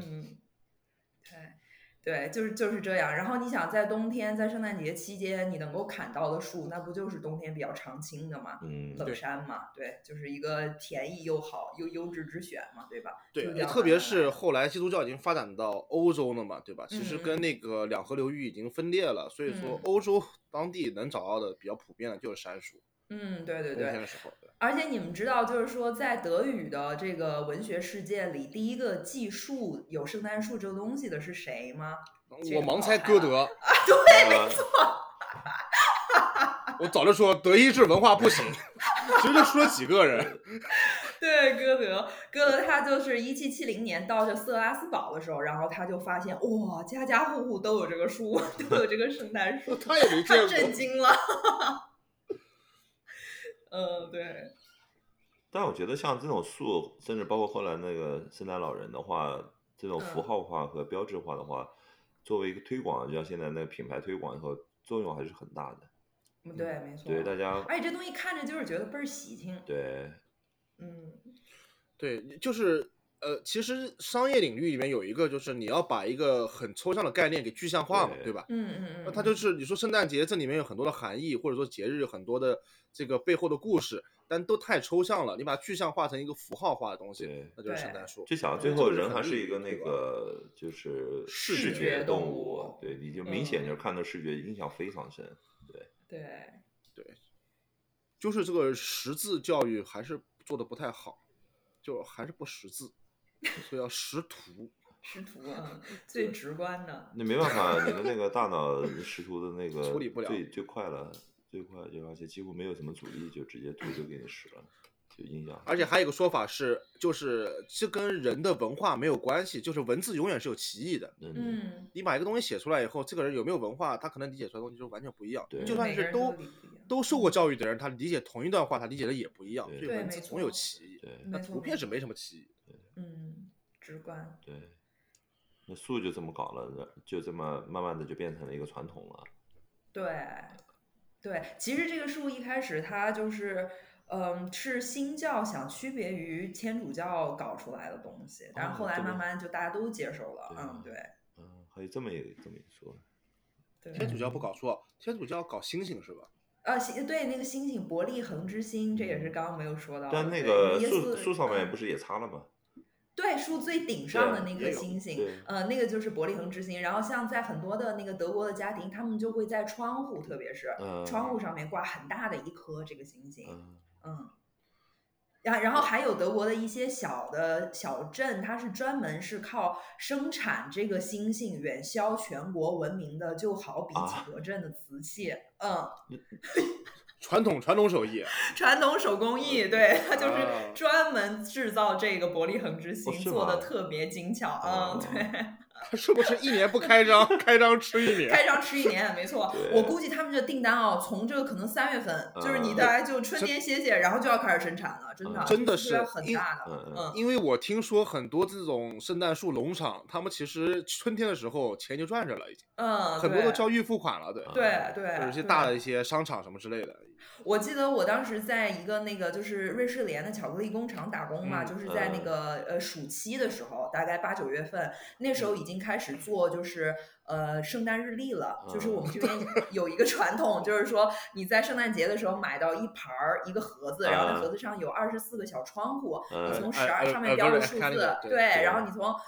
对，就是这样。然后你想，在冬天，在圣诞节期间，你能够砍到的树，那不就是冬天比较常青的嘛？冷杉嘛，对，就是一个便宜又好又优质之选嘛，对吧？ 对，特别是后来基督教已经发展到欧洲了嘛，对吧？其实跟那个两河流域已经分裂了，所以说欧洲当地能找到的比较普遍的就是杉树。 对， 冬天的时候。 而且你们知道，就是说，在德语的这个文学世界里，第一个记述有圣诞树这个东西的是谁吗？ 我盲猜歌德。 对，没错。 我早就说德意志文化不行，其实就说几个人。 对，歌德他就是1770年到这色拉斯堡的时候，然后他就发现哇，家家户户都有这个树，都有这个圣诞树， 他也没见过， 他震惊了。对。 但我觉得像这种树，甚至包括后来那个圣诞老人的话，这种符号化和标志化的话，作为一个推广，就像现在那个品牌推广以后，作用还是很大的。 对，没错。 对大家， 而且这东西看着就是觉得倍儿喜庆。 对， 对，就是其实商业领域里面有一个，就是你要把一个很抽象的概念给具象化嘛，对吧？那它就是你说圣诞节这里面有很多的含义，或者说节日有很多的这个背后的故事，但都太抽象了，你把它具象化成一个符号化的东西，那就是圣诞树。 就想到最后人还是一个那个就是视觉动物，对，你就明显就是看到视觉印象非常深， 对， 就是这个识字教育还是做的不太好，就还是不识字，所以要识图。 识图最直观的。 那没办法，你的那个大脑识图的那个处理不了最快了，最快就而且几乎没有什么阻力，就直接图就给你识了。印象， 而且还有一个说法是，就是这跟人的文化没有关系，就是文字永远是有歧义的。你把一个东西写出来以后，这个人有没有文化，他可能理解出来的东西就完全不一样。就算是都受过教育的人，他理解同一段话，他理解的也不一样。所以文字总有歧义，那图片是没什么歧义。 直观。 对，那树就这么搞了，就这么慢慢的就变成了一个传统了。 对，其实这个树一开始它就是。是新教想区别于天主教搞出来的东西，但是后来慢慢就大家都接受了。对。 还有这么一说。 天主教不搞错，天主教搞星星是吧？ 对，那个星星伯利恒之星，这也是刚刚没有说到。 但那个树上面不是也插了吗？ 对，树最顶上的那颗星星，那个就是伯利恒之星。然后像在很多的那个德国的家庭，他们就会在窗户，特别是窗户上面挂很大的一颗这个星星。然后还有德国的一些小镇，它是专门是靠生产这个星星远销全国闻名的，就好比景德镇的瓷器。 传统手艺， 传统手工艺，对，它就是专门制造这个伯利恒之星，做的特别精巧。对。 他是不是一年不开张，开张吃一年？ 开张吃一年，没错。我估计他们这订单从这个可能3月份，就是你大概就春天歇歇，然后就要开始生产了，真的是很大的。 因为我听说很多这种圣诞树农场，他们其实春天的时候钱就赚着了，已经。很多都交预付款了，对。或者一些大的一些商场什么之类的。 我记得我当时在一个那个就是瑞士莲的巧克力工厂打工嘛，就是在那个暑期的时候，大概8、9月份，那时候已经开始做就是圣诞日历了。就是我们这边有一个传统，就是说你在圣诞节的时候买到一个盒子，然后那盒子上有24个小窗户，你从12上面标着数字，对，然后你从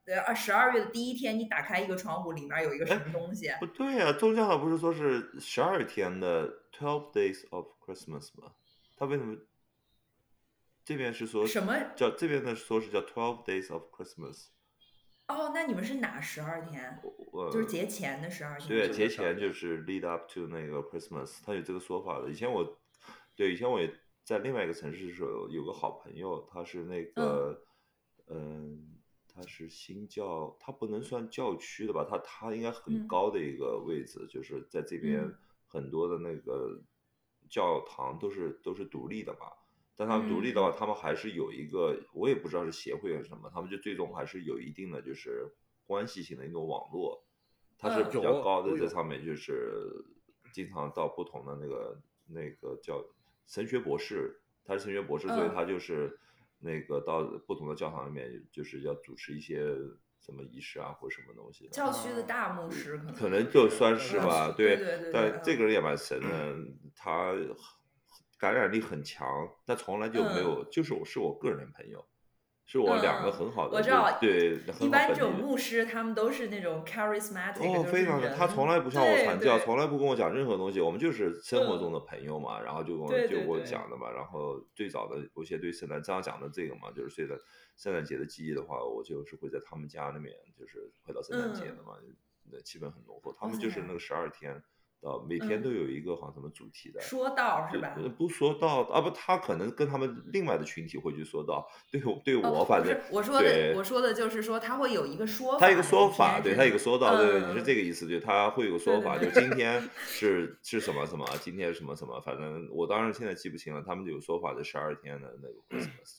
12月的第一天，你打开一个窗户，里面有一个什么东西？ 不对呀，宗教上不是说是12天的 12 days of Christmas 吗？他为什么这边是说什么叫这边的说是叫12 days of Christmas？ 那你们是哪12天？就是节前的12天。 对，节前就是 lead up to 那个 Christmas， 他有这个说法的。以前我也在另外一个城市的时候，有个好朋友，他是那个他是新教，他不能算教区的吧？他应该很高的一个位置，就是在这边很多的那个教堂都是独立的嘛。但他们独立的话，他们还是有一个，我也不知道是协会还是什么，他们就最终还是有一定的就是关系性的一种网络，它是比较高的，在上面就是经常到不同的那个叫神学博士，他是神学博士，所以他就是那个到不同的教堂里面，就是要主持一些什么仪式啊，或者什么东西。 教区的大牧师可能就算是吧， 对。 但这个人也蛮神的，他感染力很强，但从来就没有，就是我个人朋友，是我2个很好的， 我知道， 对， 一般这种牧师他们都是那种 charismatic， 非常的，他从来不向我传教，从来不跟我讲任何东西，我们就是生活中的朋友嘛，然后就跟我讲的嘛，然后最早的有些对圣诞这样讲的这个嘛，就是圣诞节的记忆的话，我就是会在他们家那边，就是快到圣诞节的嘛，气氛很浓厚，他们就是那个12天。每天都有一个好像什么主题的， 说道是吧？ 不说道不，他可能跟他们另外的群体会去说道。对我反正我说的就是说他会有一个说法， 他一个说法，对他有个说道，对，你是这个意思，对，他会有个说法，就今天是什么什么，今天是什么什么，反正我当然现在记不清了，他们有说法，这12天的那个 Christmas 就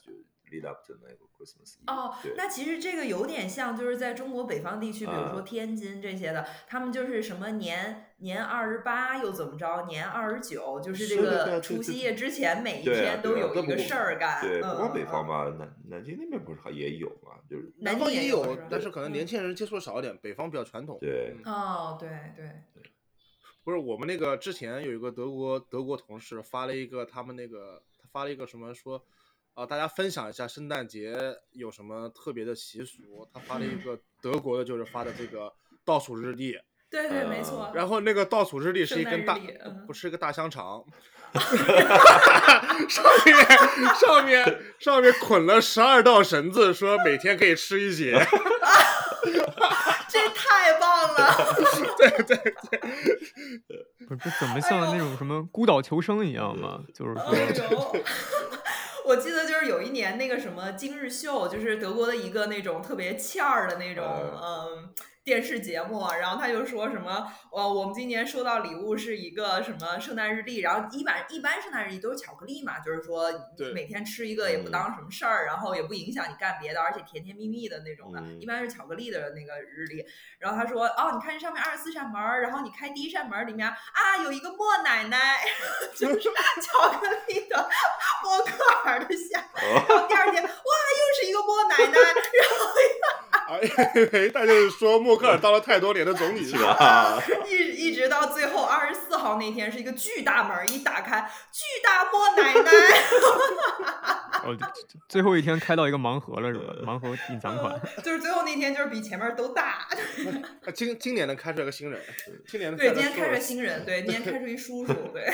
lead up to 那个 Christmas Eve。 哦， 对， 那其实这个有点像，就是在中国北方地区，比如说啊天津这些的，他们就是什么年28又怎么着，年29，就是这是的对个啊除夕夜之前每一对啊天都对啊这不有一个事儿干。 对，不光北嗯方吧，南京那边不是也有嘛，就是南方也京也有是吧但是可能嗯年轻人接触少一点，北方比较传统。 对哦，对对， 不是我们那个之前有一个德国同事发了一个他发了一个什么说，大家分享一下圣诞节有什么特别的习俗。他发了一个德国的，就是发的这个倒数日历， 对对，没错。 然后那个倒数日历是一根大圣诞日历不是一个大香肠，上面捆了12道绳子，说每天可以吃一节。 这太棒了！ 不是这怎么像那种什么孤岛求生一样嘛？就是哎说， 呦，我记得就是有一年那个什么今日秀，就是德国的一个那种特别欠儿的那种电视节目，然后他就说什么我们今年收到礼物是一个什么圣诞日历，然后一般圣诞日历都是巧克力嘛，就是说你每天吃一个也不当什么事儿，然后也不影响你干别的，而且甜甜蜜蜜的那种的，一般是巧克力的那个日历。然后他说你看这上面24扇门，然后你开第一扇门里面有一个莫奶奶，就是巧克力的默克尔的像，然后第二天又是一个莫奶奶，然后他就是说默克尔当了太多年的总理是吧？ 一直到最后24号那天是一个巨大门，一打开巨大莫奶奶。 最后一天开到一个盲盒了是吧？盲盒隐藏款。 就是最后那天就是比前面都大。 今年能开出来个新人，今年对，今天开出来新人，对，今天开出一叔叔，对。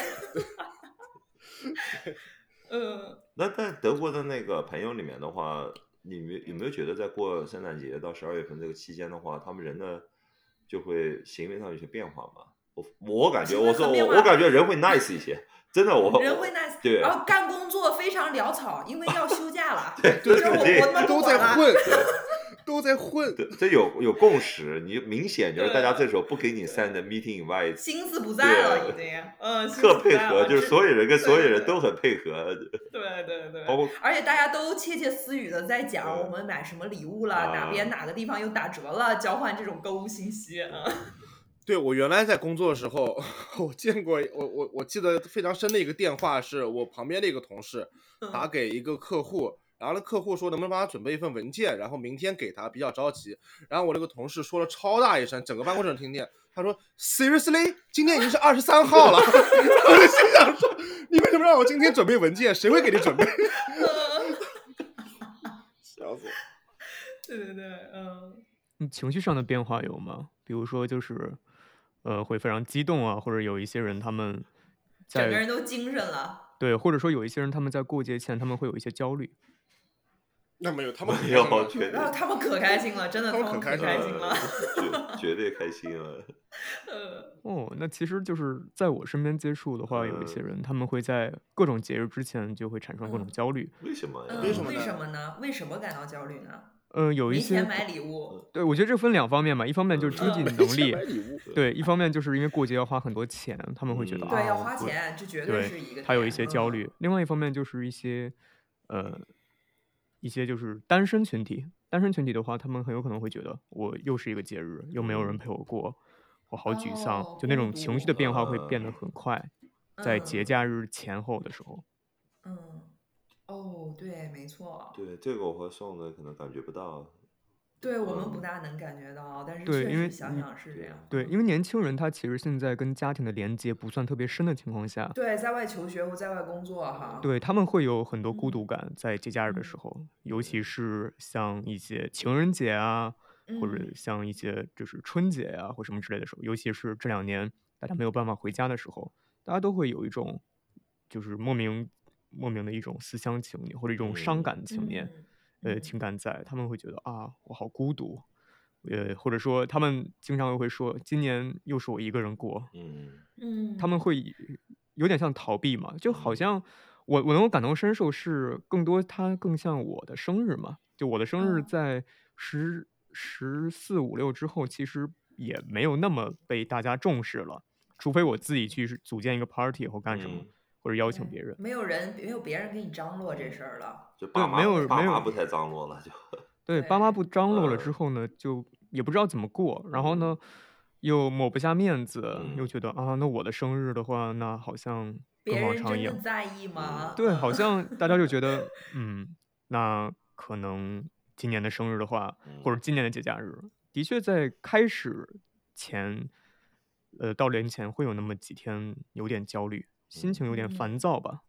那在德国的那个朋友里面的话，你有没有觉得在过圣诞节到12月份这个期间的话，他们人呢就会行为上有些变化吗？我感觉，我感觉人会 nice 一些，真的人会 nice， 对， 然后干工作非常潦草，因为要休假了， 对， 就是我他妈都在混，都在混， 这有共识，你明显就是大家这时候不给你send meeting invite， 心思不在了已经， 特配合，就是所有人跟所有人都很配合， 对， 包括而且大家都窃窃私语的在讲我们买什么礼物了，哪边哪个地方又打折了，交换这种购物信息对，我原来在工作的时候，我见过我记得非常深的一个电话，是我旁边的一个同事打给一个客户，然后那客户说能不能帮他准备一份文件，然后明天给他，比较着急。然后我那个同事说了超大一声，整个办公室听见，他说 Seriously， 今天已经是23号了。我就心想说，你为什么让我今天准备文件？谁会给你准备？笑死我。 对， 情绪上的变化有吗？比如说就是会非常激动啊，或者有一些人他们整个人都精神了。 对，或者说有一些人他们在过节前他们会有一些焦虑。 那没有，他们没有， 然后他们可开心了，真的，他们可开心了， 绝对开心了。 那其实就是在我身边接触的话，有一些人他们会在各种节日之前就会产生各种焦虑。 为什么呀？ 为什么呢？为什么感到焦虑呢？ 有一些没钱买礼物。 对，我觉得这分两方面嘛，一方面就是经济能力，对，一方面就是因为过节要花很多钱，他们会觉得对，要花钱，这绝对是一个。 他有一些焦虑。另外一方面就是一些就是单身群体的话，他们很有可能会觉得我又是一个节日，又没有人陪我过，我好沮丧，就那种情绪的变化会变得很快，在节假日前后的时候。 对，没错。 对，这个我和宋的可能感觉不到。 对，我们不大能感觉到，但是确实想想是这样。 对，因为年轻人他其实现在跟家庭的连接不算特别深的情况下， 对，在外求学或在外工作哈， 对，他们会有很多孤独感在节假日的时候，尤其是像一些情人节啊，或者像一些就是春节啊或什么之类的时候，尤其是这2年大家没有办法回家的时候，大家都会有一种就是莫名的一种思乡情念或者一种伤感的情念。情感在，他们会觉得我好孤独，或者说他们经常会说今年又是我一个人过，他们会有点像逃避嘛，就好像我能够感同身受，是更多它更像我的生日嘛，就我的生日在14、15、16之后，其实也没有那么被大家重视了，除非我自己去组建一个 party 或干什么。或或者邀请别人。 没有别人给你张罗这事儿了。 就对，没有不太张罗了就。 对， 对爸妈不张罗了之后呢，就也不知道怎么过，然后呢，又抹不下面子，又觉得啊，那我的生日的话，那好像跟往别人真常一样。 的在意吗？ 对，好像大家就觉得，那可能今年的生日的话，或者今年的节假日，的确在开始前，到年前会有那么几天有点焦虑，心情有点烦躁吧。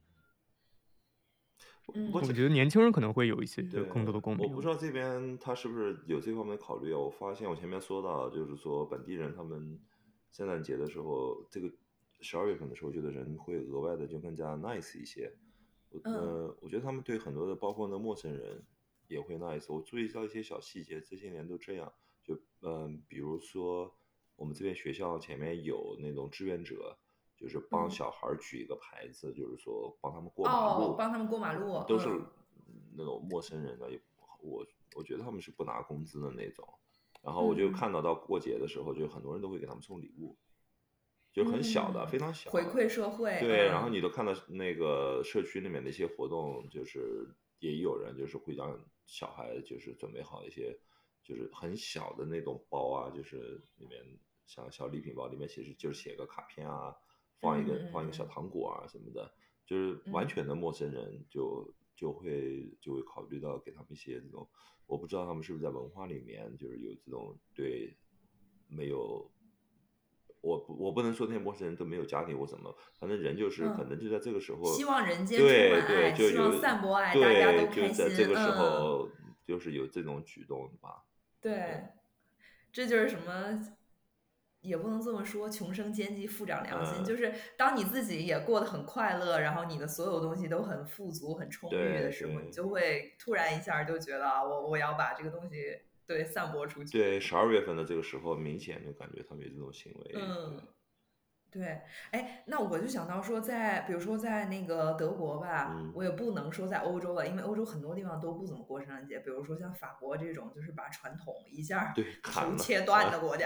我觉得年轻人可能会有一些更多的共鸣。 我不知道这边他是不是有这方面的考虑啊？我发现我前面说到，就是说本地人他们圣诞节的时候，这个12月份的时候，觉得人会额外的就更加 nice 一些。我觉得他们对很多的，包括那陌生人也会 nice。我注意到一些小细节，这些年都这样。就比如说我们这边学校前面有那种志愿者。就是帮小孩举一个牌子，就是说帮他们过马路， 帮他们过马路， 都是那种陌生人的，我觉得他们是不拿工资的那种。然后我就看到过节的时候，就很多人都会给他们送礼物，就很小的，非常小， 回馈社会。 对，然后你都看到那个社区里面的一些活动，就是也有人就是会让小孩就是准备好一些，就是很小的那种包啊，就是里面像小礼品包，里面其实就是写个卡片啊。放一个小糖果啊什么的，就是完全的陌生人就会考虑到给他们一些这种，我不知道他们是不是在文化里面就是有这种对没有，我不能说那些陌生人都没有家庭或什么，反正人就是可能就在这个时候， 希望人间充满爱， 对， 希望散播爱，大家都开心。 就在这个时候就是有这种举动吧。 对，这就是什么？也不能这么说，穷生奸计，富长良心。就是当你自己也过得很快乐，然后你的所有东西都很富足、很充裕的时候，你就会突然一下就觉得我要把这个东西散播出去。 对，12月份的这个时候，明显就感觉他们有这种行为。 对，哎，那我就想到说比如说在那个德国吧，我也不能说在欧洲了，因为欧洲很多地方都不怎么过圣诞节。比如说像法国这种，就是把传统一下头切断的国家。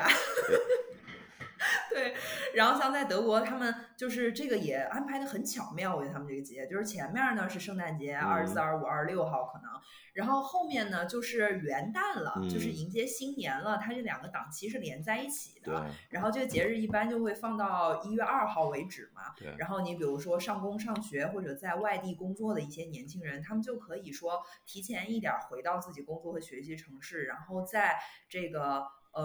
对，然后像在德国，他们就是这个也安排的很巧妙。我觉得他们这个节，就是前面呢是圣诞节，24、25、26号可能，然后后面呢就是元旦了，就是迎接新年了。它这两个档期是连在一起的。然后这个节日一般就会放到1月2号为止嘛。然后你比如说上工上学或者在外地工作的一些年轻人，他们就可以说提前一点回到自己工作和学习城市，然后在这个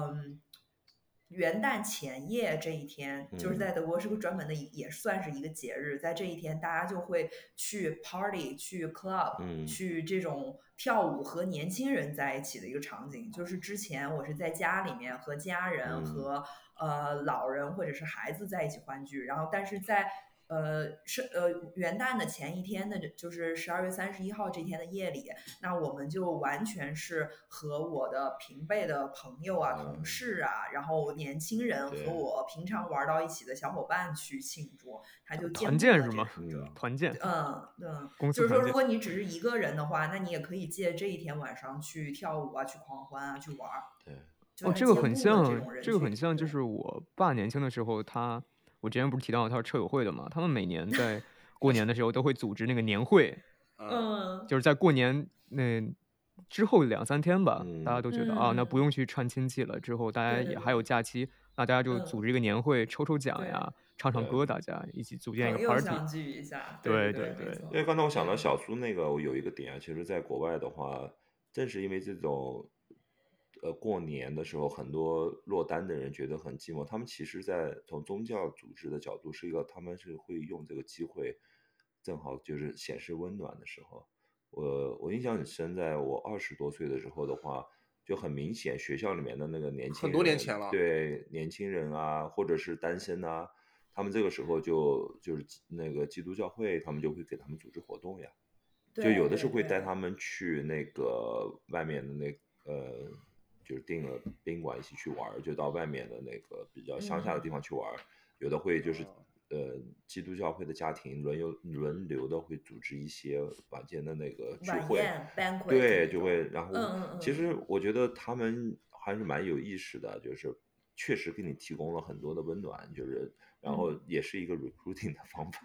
元旦前夜这一天，就是在德国是个专门的，也算是一个节日。在这一天，大家就会去 party、去 club、去这种跳舞和年轻人在一起的一个场景。就是之前我是在家里面和家人和老人或者是孩子在一起欢聚，然后但是在元旦的前一天的，就是12月31号这天的夜里，那我们就完全是和我的平辈的朋友啊、同事啊，然后年轻人和我平常玩到一起的小伙伴去庆祝，他就团建是吗？团建， 就是说，如果你只是一个人的话，那你也可以借这一天晚上去跳舞啊、去狂欢啊、去玩。 对，这个很像，就是我爸年轻的时候，我之前不是提到他是车友会的嘛？他们每年在过年的时候都会组织那个年会，就是在过年那之后2、3天吧，大家都觉得那不用去串亲戚了，之后大家也还有假期，那大家就组织一个年会，抽奖呀，唱歌，大家一起组建一个 party， 相聚一下。 对。 因为刚才我想到小苏那个，我有一个点，其实在国外的话，正是因为这种。过年的时候，很多落单的人觉得很寂寞。他们其实，在从宗教组织的角度，他们是会用这个机会，正好就是显示温暖的时候。我印象很深，在我20多岁的时候的话，就很明显，学校里面的那个年轻人， 很多年前了， 对年轻人啊，或者是单身啊，他们这个时候就是那个基督教会，他们就会给他们组织活动呀，就有的是会带他们去那个外面的就是订了宾馆一起去玩，就到外面的那个比较乡下的地方去玩。有的会就是基督教会的家庭轮流的会组织一些晚间的那个聚会，对，就会。然后其实我觉得他们还是蛮有意识的，就是确实给你提供了很多的温暖，就是然后也是一个 recruiting 的方法。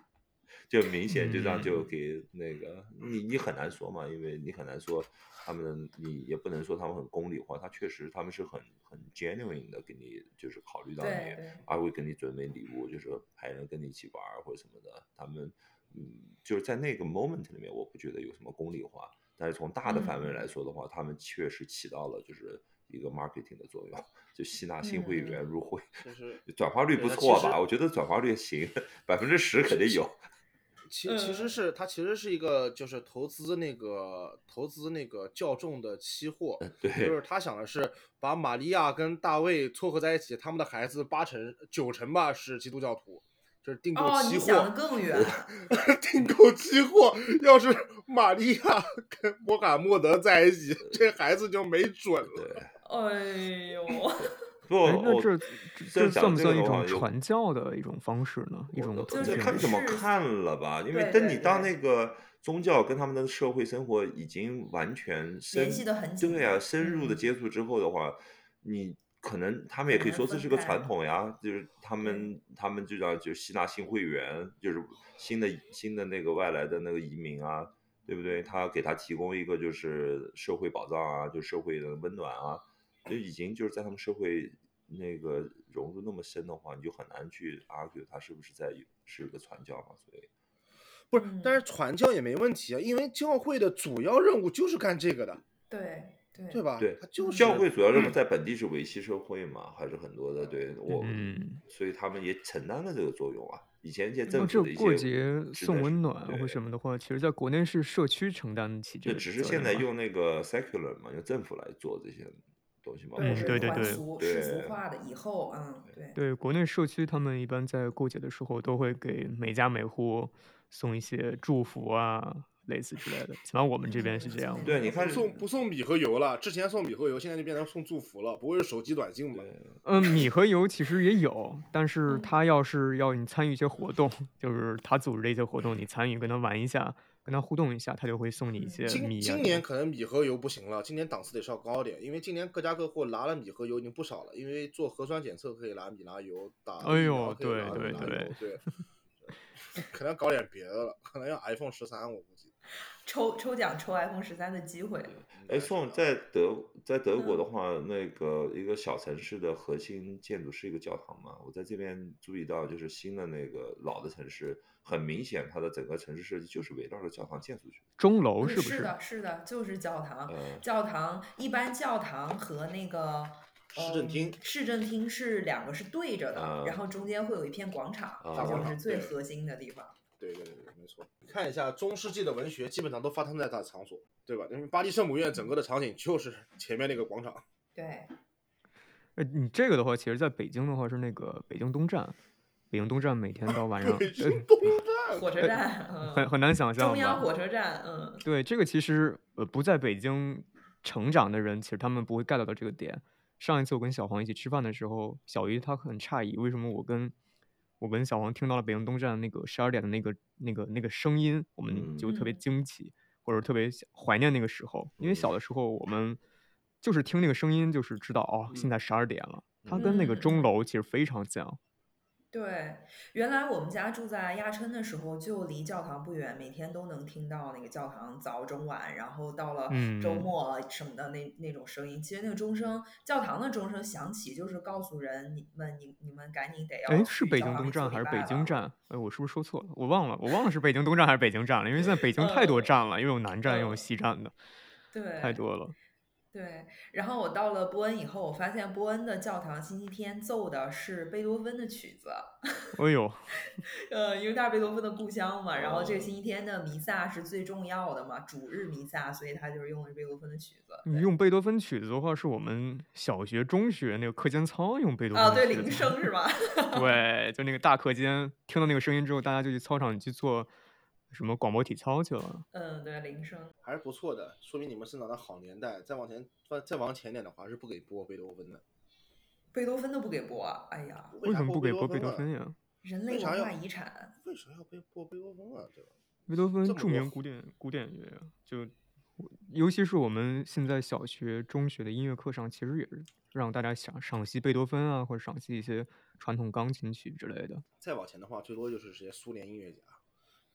就明显就这样就嗯给那个你很难说嘛，因为你很难说他们，你也不能说他们很功利化，他确实他们是很 genuine 的给你就是考虑到你， 对对， 还会给你准备礼物，就是派人跟你一起玩或者什么的，他们就是在那个 moment 里面，我不觉得有什么功利化，但是从大的范围来说的话，他们确实起到了就是一个 marketing 的作用，就吸纳新会员入会， 就是转化率不对它错吧？我觉得转化率行，10%肯定有。 其实是一个就是投资那个较重的期货，就对是他想的是把玛利亚跟大卫撮合在一起，他们的孩子9成吧是基督教徒，就是订购哦， 期你想的货， 更远， 订购期货，要是玛利亚跟穆罕默德在一起，这孩子就没准了。 对， 哎呦， 不， 哎，那这这算不算一讲这个的话，有种传教的一种方式呢？一种途就是这看你怎么是看了吧，因为对对等你当对那个宗教跟他们的社会生活已经完全联系得很紧对啊， 密深入的接触之后的话，你可能他们也可以很难说这是个分开传统呀，就是他对们就叫就吸纳新会员，就是新的那个外来的那个移民啊，对不对？他给他提供一个就是社会保障啊，就社会的温暖啊，就已经就是在他们社会那个融入那么深的话，你就很难去 argue 他是不是是一个传教嘛，所以。 不是，但是传教也没问题啊，因为教会的主要任务就是干这个的， 对对对吧？ 对他就是教会主要任务在本地是维系社会嘛，还是很多的，对嗯， 所以他们也承担了这个作用啊。以前一些那政府这过的一些节送温暖或对什么的话，其实在国内是社区承担起这个就只是责任吧？ 现在用那个 secular 嘛，用政府来做这些东西嘛， 对不是对对对团俗对世俗化的以后，对对，国内社区他们一般在过节的时候都会给每家每户送一些祝福啊，类似之类的。起码我们这边是这样的。 对，你看不送米和油了，之前送米和油，现在就变成送祝福了，不会是手机短信吧？ 米和油其实也有，但是嗯他要是要你参与一些活动，就是他组织的一些活动，你参与跟他玩一下，跟他互动一下，他就会送你一些米啊。 今年可能米和油不行了，今年档次得稍高点，因为今年各家各户拿了米和油已经不少了，因为做核酸检测可以拿米拿油，打疫哎呦苗可以拿对米拿油， 对对，可能搞点别的了，可能要 iPhone 13，我估计。 抽奖抽 iPhone 13的机会， 哎，在德国的嗯话，那个一个小城市的核心建筑是一个教堂嘛。我在这边注意到，就是新的那个老的城市，很明显它的整个城市设计就是围绕着教堂建出去的。 钟楼是不是的，是的，就是教堂。 呃教堂一般教堂和那个市政厅是两个是对着的，然后中间会有一片广场，这就是最核心的地方。 对，没错。看一下中世纪的文学，基本上都发生在它的场所，对吧？因为巴黎圣母院整个的场景就是前面那个广场。 对， 你这个的话，其实在北京的话是那个北京东站，北京东站每天到晚上， 北京东站， 火车站， 很难想象吧？ 中央火车站， 对，这个其实不在北京成长的人，其实他们不会 get 到这个点。上一次我跟小黄一起吃饭的时候，小鱼他很诧异，为什么我跟小黄听到了北京东站那个12点的那个声音，我们就特别惊奇，或者特别怀念那个时候，因为小的时候我们就是听那个声音，就是知道哦，现在12点了。它跟那个钟楼其实非常像。 对，原来我们家住在亚琛的时候，就离教堂不远，每天都能听到那个教堂早中晚，然后到了周末什么的那种声音。其实那个钟声，教堂的钟声响起，就是告诉人你们赶紧得要。 哎，是北京东站还是北京站？哎，我是不是说错了？我忘了是北京东站还是北京站了，因为现在北京太多站了，又有南站又有西站的， 对， 太多了。 对，然后我到了波恩以后，我发现波恩的教堂星期天奏的是贝多芬的曲子。 哎呦， 因为他是贝多芬的故乡嘛，然后这个星期天的弥撒是最重要的嘛，主日弥撒，所以他就是用的是贝多芬的曲子。 你用贝多芬曲子的话，是我们小学、中学那个课间操用贝多芬曲子。 对，铃声是吧？ 对，就那个大课间，听到那个声音之后，大家就去操场去做什么广播体操去了。 对，铃声还是不错的，说明你们生长的好年代。再往前点的话，是不给播贝多芬的。 贝多芬都不给播啊！哎呀， 为什么不给播贝多芬呀？ 人类文化遗产。 为啥要播贝多芬啊？对吧？ 贝多芬著名古典乐呀，就尤其是我们现在小学、中学的音乐课上，其实也是让大家赏析贝多芬啊，或者赏析一些传统钢琴曲之类的。 再往前的话，最多就是这些苏联音乐家，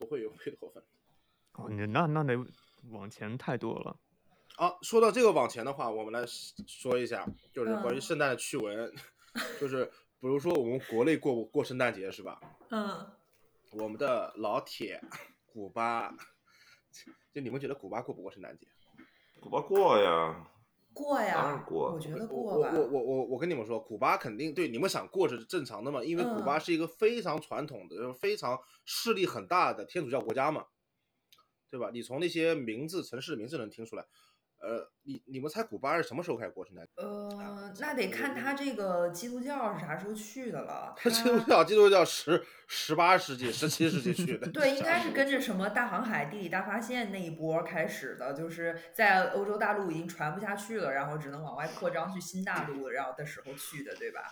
不会有贝多芬。 哦，你那得往前太多了。 说到这个往前的话，我们来说一下，就是关于圣诞的趣闻，就是比如说我们国内过圣诞节是吧？我们的老铁古巴，就你们觉得古巴过不过圣诞节？ 古巴过呀， 过呀， 当然过。 我觉得过吧。 我跟你们说，古巴肯定对你们想过是正常的嘛，因为古巴是一个非常传统的、非常势力很大的天主教国家嘛，对吧？你从那些城市的名字能听出来。你们猜古巴是什么时候开始过圣诞节？ 那得看他这个基督教是啥时候去的了。 基督教18世纪、17世纪去的。 对，应该是跟着什么大航海、地理大发现那一波开始的，就是在欧洲大陆已经传不下去了，然后只能往外扩张去新大陆，然后的时候去的，对吧？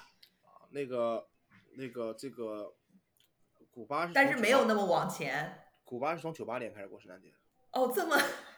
这个古巴是， 但是没有那么往前。 古巴是从98年开始过圣诞节。 哦，这么。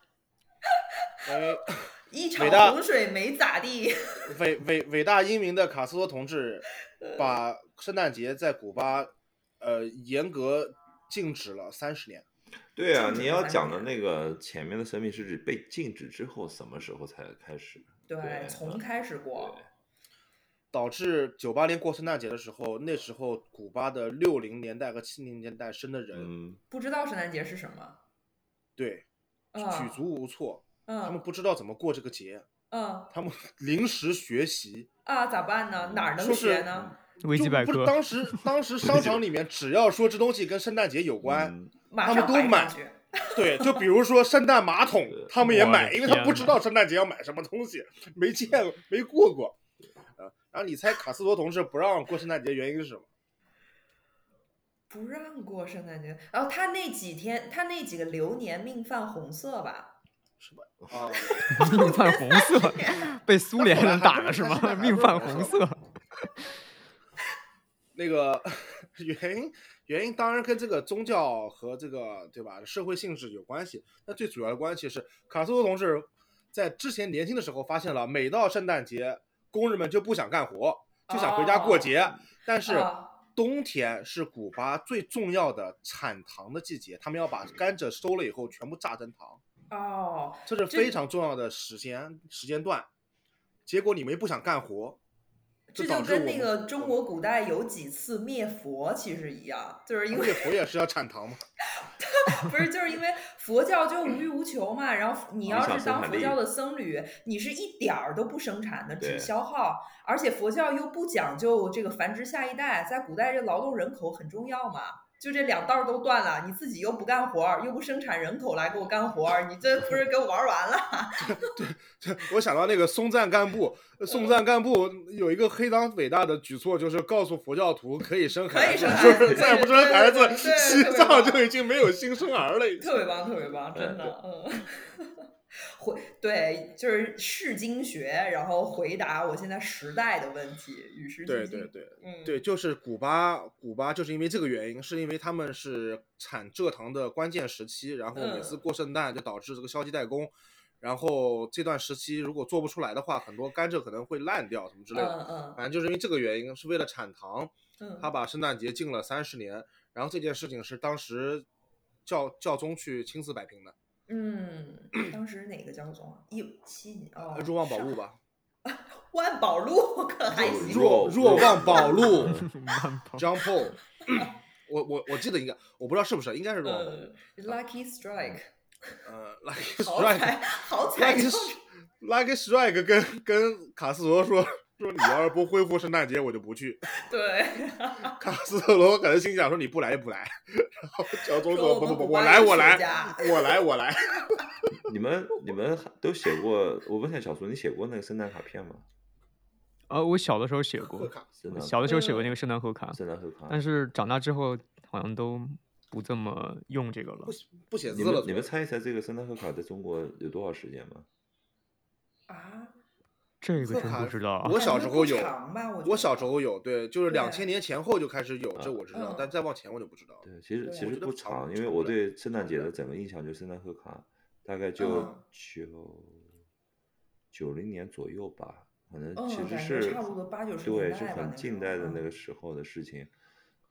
一场洪水没咋地。 伟大英明的卡斯托同志把圣诞节在古巴严格禁止了30年。 对啊，你要讲的那个前面的生命是指被禁止之后什么时候才开始？ 对，从开始过。 导致98年过圣诞节的时候，那时候古巴的60年代和70年代生的人， 不知道圣诞节是什么。 对，举足无措。他们不知道怎么过这个节，他们临时学习咋办呢？哪儿能学呢？ 维基百科。 当时商场里面只要说这东西跟圣诞节有关，他们都买。对，就比如说圣诞马桶，他们也买，因为他不知道圣诞节要买什么东西，没见过，没过过。然后你猜卡斯托同志不让过圣诞节原因是什么？ 不让过圣诞节，然后他那几个流年命犯红色吧？ 是吧？ 命犯红色，被苏联人打了是吗？命犯红色。 那个原因当然跟这个宗教和这个对吧社会性质有关系，但最主要的关系是卡斯托同志在之前年轻的时候发现了，每到圣诞节，工人们就不想干活，就想回家过节。但是冬天是古巴最重要的产糖的季节，他们要把甘蔗收了以后全部榨成糖。这是非常重要的时间段。结果你们不想干活， 这就跟那个中国古代有几次灭佛其实一样，就是因为灭佛也是要产糖嘛。 不是，就是因为佛教就无欲无求嘛，然后你要是当佛教的僧侣，你是一点儿都不生产的，只消耗，而且佛教又不讲究这个繁殖下一代，在古代这劳动人口很重要嘛。就这两道都断了，你自己又不干活，又不生产人口来给我干活，你这不是给我玩完了？ 对，我想到那个松赞干部有一个非常伟大的举措，就是告诉佛教徒可以生孩子，就是再不生孩子，西藏就已经没有新生儿了。 特别棒，特别棒，真的，对，就是释经学，然后回答我现在时代的问题，与时俱进。 对，就是古巴就是因为这个原因，是因为他们是产蔗糖的关键时期，然后每次过圣诞就导致这个消极怠工，然后这段时期如果做不出来的话，很多甘蔗可能会烂掉什么之类的。反正就是因为这个原因，是为了产糖，他把圣诞节禁了30年，然后这件事情是当时教宗去亲自摆平的。 当时哪个教宗啊？17年若望保禄吧。 万宝路可还行。 若望保禄，John Paul。我记得应该，我不知道是不是，应该是若望保禄。 Lucky Strike。 Lucky Strike。 好彩。 Lucky Strike 跟卡斯罗说你要是不恢复圣诞节，我就不去。 对。 卡斯特罗可能心想说你不来也不来，然后教宗说不，我来。 你们都写过？我问一下小苏，你写过那个圣诞卡片吗？ 我小的时候写过，小的时候写过那个圣诞贺卡，但是长大之后好像都不这么用这个了， 不写字了。 你们猜一猜这个圣诞贺卡在中国有多少时间吗？ 这个真不知道。 我小时候有，对，就是2000年前后就开始有，这我知道，但再往前我就不知道。 对，其实不长，因为我对圣诞节的整个印象就是圣诞贺卡大概就90年左右吧，可能其实是差不多80、90年代吧， 对，是很近代的那个时候的事情。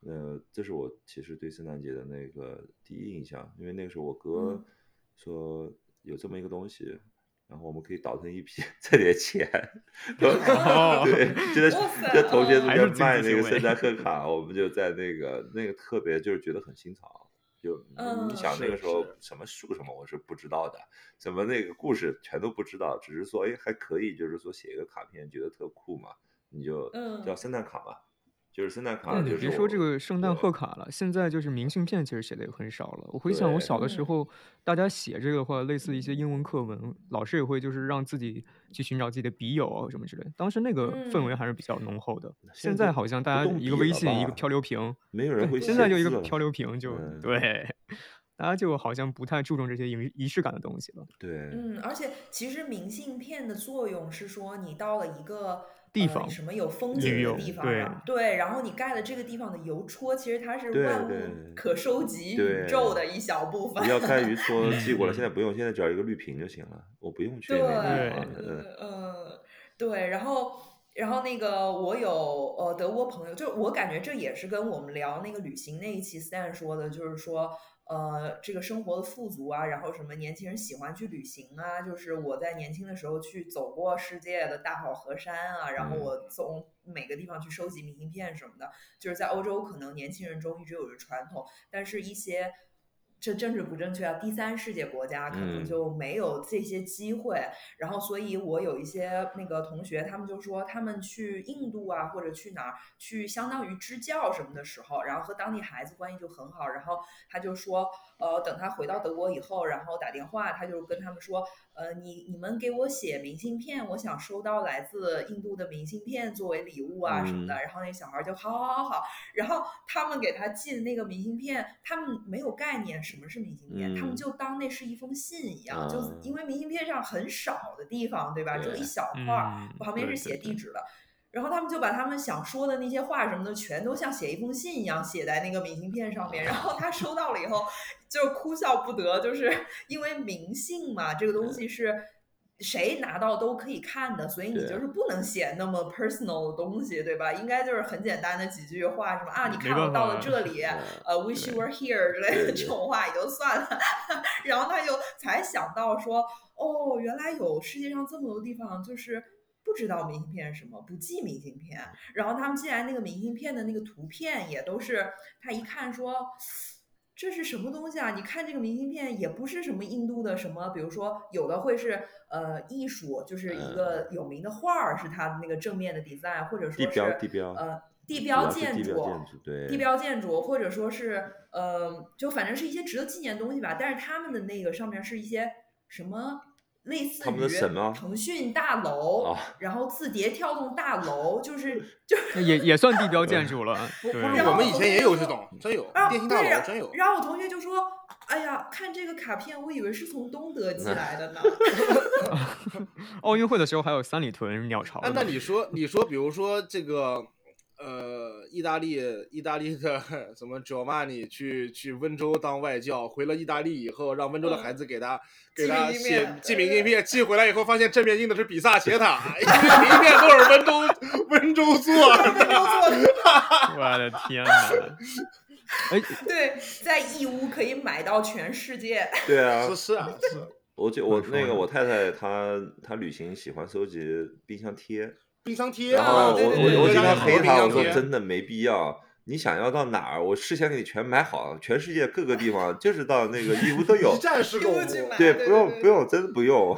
这是我其实对圣诞节的那个第一印象，因为那个时候我哥说有这么一个东西，然后我们可以倒腾一批挣点钱，对，就在同学之间卖那个圣诞贺卡，我们就在那个特别就是觉得很新潮。就你想那个时候什么树什么我是不知道的，什么那个故事全都不知道，只是说还可以，就是说写一个卡片觉得特酷嘛，你就叫圣诞卡嘛。就是圣诞卡， 你别说这个圣诞贺卡了，现在就是明信片，其实写的也很少了。我回想我小的时候，大家写这个的话，类似一些英文课文，老师也会就是让自己去寻找自己的笔友啊什么之类的。当时那个氛围还是比较浓厚的。现在好像大家一个微信，一个漂流瓶， 没有人会写字了。 现在就一个漂流瓶就对。大家就好像不太注重这些仪式感的东西了。 对， 而且其实明信片的作用是说，你到了一个地方， 什么有风景的地方上，对，然后你盖了这个地方的邮戳，其实它是万物可收集宇宙的一小部分。 你要开邮戳寄过来，现在不用，现在只要一个绿屏就行了，我不用去那个地方。对，然后那个我有德国朋友，就我感觉这也是跟我们聊那个旅行那一期 Stan 说的，就是说这个生活的富足啊，然后什么年轻人喜欢去旅行啊，就是我在年轻的时候去走过世界的大好河山啊，然后我从每个地方去收集明信片什么的，就是在欧洲可能年轻人中一直有着传统，但是一些这政治不正确啊，第三世界国家可能就没有这些机会，然后所以我有一些那个同学，他们就说他们去印度啊或者去哪儿去相当于支教什么的时候，然后和当地孩子关系就很好，然后他就说等他回到德国以后，然后打电话他就跟他们说你们给我写明信片，我想收到来自印度的明信片作为礼物啊什么的，然后那小孩就好，然后他们给他寄的那个明信片，他们没有概念什么是明信片，他们就当那是一封信一样，就因为明信片上很少的地方，对吧？只有一小块，旁边是写地址的。然后他们就把他们想说的那些话什么的，全都像写一封信一样写在那个明信片上面。然后他收到了以后，就哭笑不得，就是因为明信嘛，这个东西是谁拿到都可以看的，所以你就是不能写那么 personal 的东西，对吧？应该就是很简单的几句话，什么啊，你看我到了这里，wish you were here 之类的这种话也就算了。然后他就才想到说，哦，原来有世界上这么多地方就是不知道明信片是什么，不寄明信片，然后他们寄来那个明信片的那个图片也都是他一看说这是什么东西啊？你看这个明信片也不是什么印度的什么，比如说有的会是艺术，就是一个有名的画是它那个正面的 design， 或者说是地标建筑， 对， 地标建筑，或者说是就反正是一些值得纪念的东西吧。但是他们的那个上面是一些什么？类似于腾讯大楼，然后字节跳动大楼，就是也算地标建筑了。对， 我们以前也有这种，真有电信大楼，真有。 然后我同学就说：“哎呀，看这个卡片，我以为是从东德寄来的呢。” 奥运会的时候还有三里屯鸟巢。 那你说，比如说这个。意大利的什么 Giovanni 去温州当外教，回了意大利以后，让温州的孩子给他寄明信片，寄回来以后发现正面印的是比萨斜塔，因为明信片都是温州做的。 我的天哪！ 对，在义乌可以买到全世界。 对啊， 是啊，是。 我太太她旅行喜欢收集冰箱贴。然后我经常陪他，我说真的没必要。你想要到哪儿，我事先给你全买好，全世界各个地方，就是到那个义乌都有。 一站式购物。 对，不用，真的不用。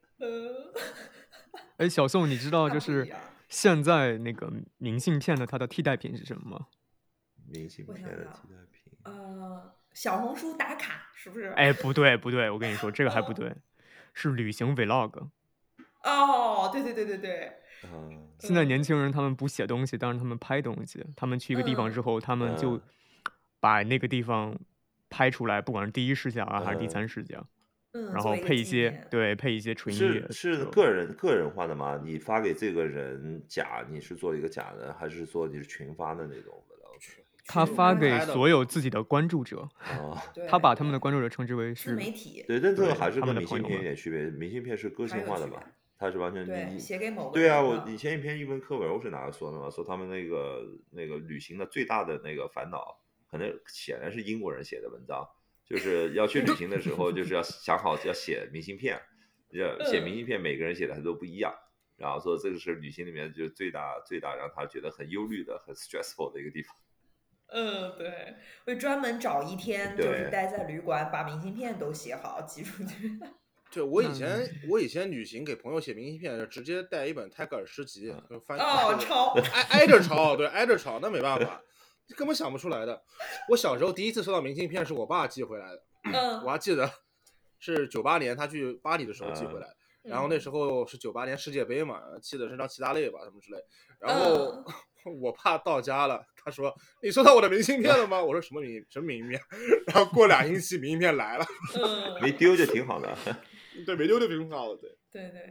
哎，小宋，你知道就是现在那个明信片的它的替代品是什么吗？ 明信片的替代品。 小红书打卡是不是？ 哎，不对，我跟你说这个还不对，是旅行 vlog。 哦，对。 现在年轻人他们不写东西，但是他们拍东西。他们去一个地方之后，他们就把那个地方拍出来，不管是第一视角啊还是第三视角，然后配一些纯音乐。 是个人化的吗？你发给这个人假，你是做一个假的，还是说你是群发的那种？ 他发给所有自己的关注者，他把他们的关注者称之为是媒体。 对，但这个还是跟明信片有点区别。明信片是个性化的嘛。 它是完全对，写给某个对啊， 人的我以前一篇译文课文我是哪个说的嘛？说他们那个旅行的最大的那个烦恼，可能显然是英国人写的文章，就是要去旅行的时候，就是要想好要写明信片，要写明信片，每个人写的还都不一样。然后说这个是旅行里面就是最大让他觉得很忧虑的、很 stressful 的一个地方。 对，会专门找一天， 对就是待在旅馆，把明信片都写好寄出去。 对，我以前旅行给朋友写明信片，直接带一本泰戈尔诗集，就翻抄， 挨着抄，对，挨着抄，那没办法，根本想不出来的。我小时候第一次收到明信片是我爸寄回来的，我还记得是98年他去巴黎的时候寄回来的。然后那时候是98年世界杯嘛，寄的是张齐达内吧什么之类。然后我爸到家了，他说：“你收到我的明信片了吗？”我说：“什么明信片？”然后过2星期明信片来了， 没丢就挺好的。 对，没丢就挺好的。 对对。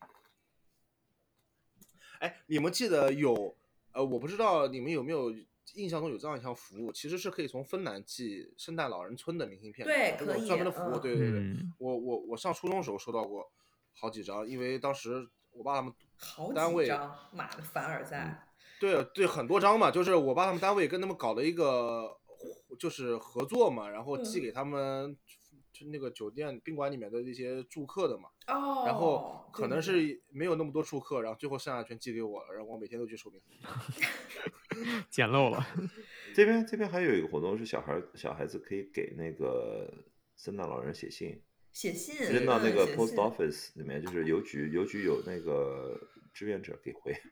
哎，你们记得有我不知道你们有没有印象中有这样一项服务，其实是可以从芬兰寄圣诞老人村的明信片， 对，可以专门的服务。对，我上初中的时候收到过好几张，因为当时我爸他们单位妈的凡尔赛。 对，很多张嘛，就是我爸他们单位跟他们搞了一个就是合作嘛，然后寄给他们就那个酒店宾馆里面的那些住客的嘛。然后可能是没有那么多住客，然后最后剩下全寄给我了，然后我每天都去收明信片。 捡漏了。 这边还有一个活动是小孩子可以给那个圣诞老人写信，扔到那个 post office 里面，就是邮局有那个志愿者给回。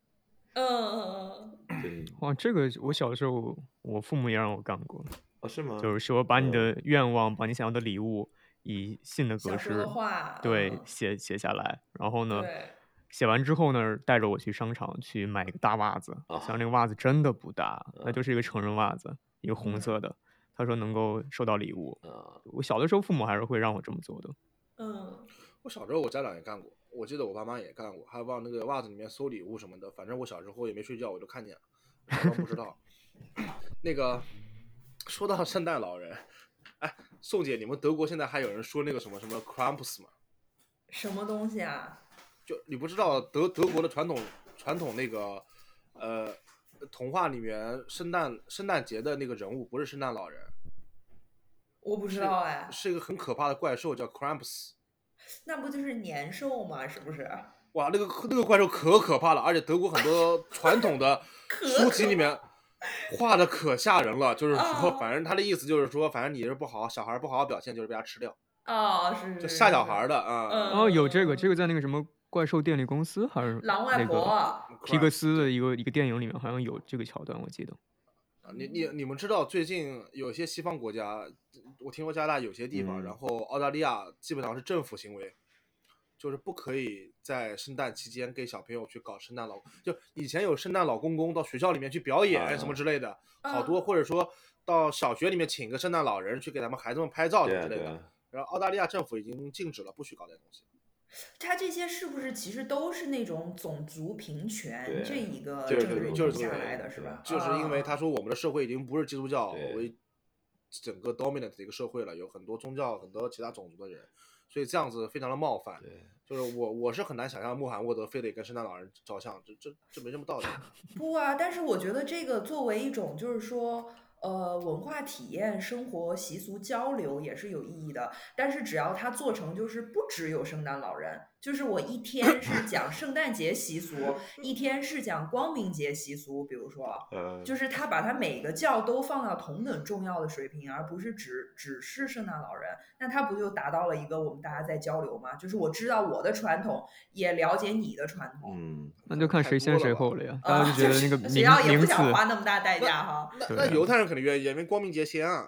哇，这个我小的时候我父母也让我干过。 是吗？ 就是说把你的愿望，把你想要的礼物以信的格式对写下来，然后呢写完之后呢带着我去商场去买一个大袜子，像那个袜子真的不大，那就是一个成人袜子，一个红色的，他说能够收到礼物。我小的时候父母还是会让我这么做的。 我小时候我家长也干过，我记得我爸妈也干过，还往那个袜子里面搜礼物什么的，反正我小时候也没睡觉我就看见了，我都不知道。那个说到圣诞老人，哎，宋姐，你们德国现在还有人说那个什么 Krampus 吗？ 什么东西啊？ 就你不知道德国的传统那个童话里面圣诞节的那个人物不是圣诞老人， 我不知道哎， 是一个很可怕的怪兽叫 Krampus。 那不就是年兽吗？是不是？ 哇，那个怪兽可怕了，而且德国很多传统的书籍里面画的可吓人了，就是说，反正他的意思就是说，反正你是小孩不好好表现，就是被他吃掉。 是就吓小孩的啊。 有这个在那个什么怪兽电力公司还是狼外婆皮克斯的一个电影里面好像有这个桥段，我记得。 你们知道最近有些西方国家，我听说加拿大有些地方，然后澳大利亚基本上是政府行为，就是不可以在圣诞期间给小朋友去搞圣诞就以前有圣诞老公公到学校里面去表演什么之类的，好多，或者说到小学里面请个圣诞老人去给他们孩子们拍照什么之类的。然后澳大利亚政府已经禁止了，不许搞这些东西。 他这些是不是其实都是那种种族平权这一个就是下来的是吧？ 就是因为他说我们的社会已经不是基督教为整个 dominant 的一个社会了，有很多宗教、很多其他种族的人，所以这样子非常的冒犯。就是我是很难想象穆罕默德非得跟圣诞老人照相，这没什么道理。 不啊，但是我觉得这个作为一种就是说。文化体验、生活习俗交流也是有意义的，但是只要它做成就是不只有圣诞老人，就是我一天是讲圣诞节习俗，一天是讲光明节习俗，比如说，就是他把它每个教都放到同等重要的水平，而不是只是圣诞老人，那他不就达到了一个我们大家在交流吗？就是我知道我的传统，也了解你的传统。 那就看谁先谁后了呀。大家就觉得那个谁要也不名字想花那么大代价哈。 那犹太人肯定愿意，因为光明节先啊。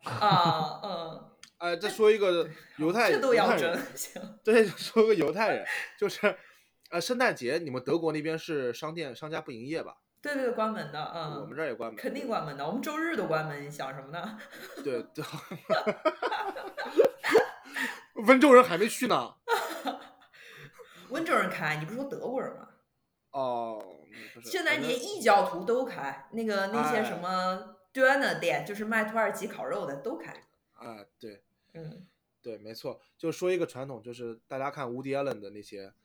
再说一个犹太人， 这都要争。 对，说个犹太人，就是圣诞节你们德国那边是商家不营业吧？ 对，关门的。 我们这儿也关门， 肯定关门的。我们周日都关门，你想什么呢？ 对。温州人还没去呢。 温州人开，你不是说德国人吗？ 不是。 圣诞节异教徒都开，那些什么 Döner 店，就是卖土耳其烤肉的都开。 对。对，没错。就说一个传统，就是大家看 Woody Allen 的那些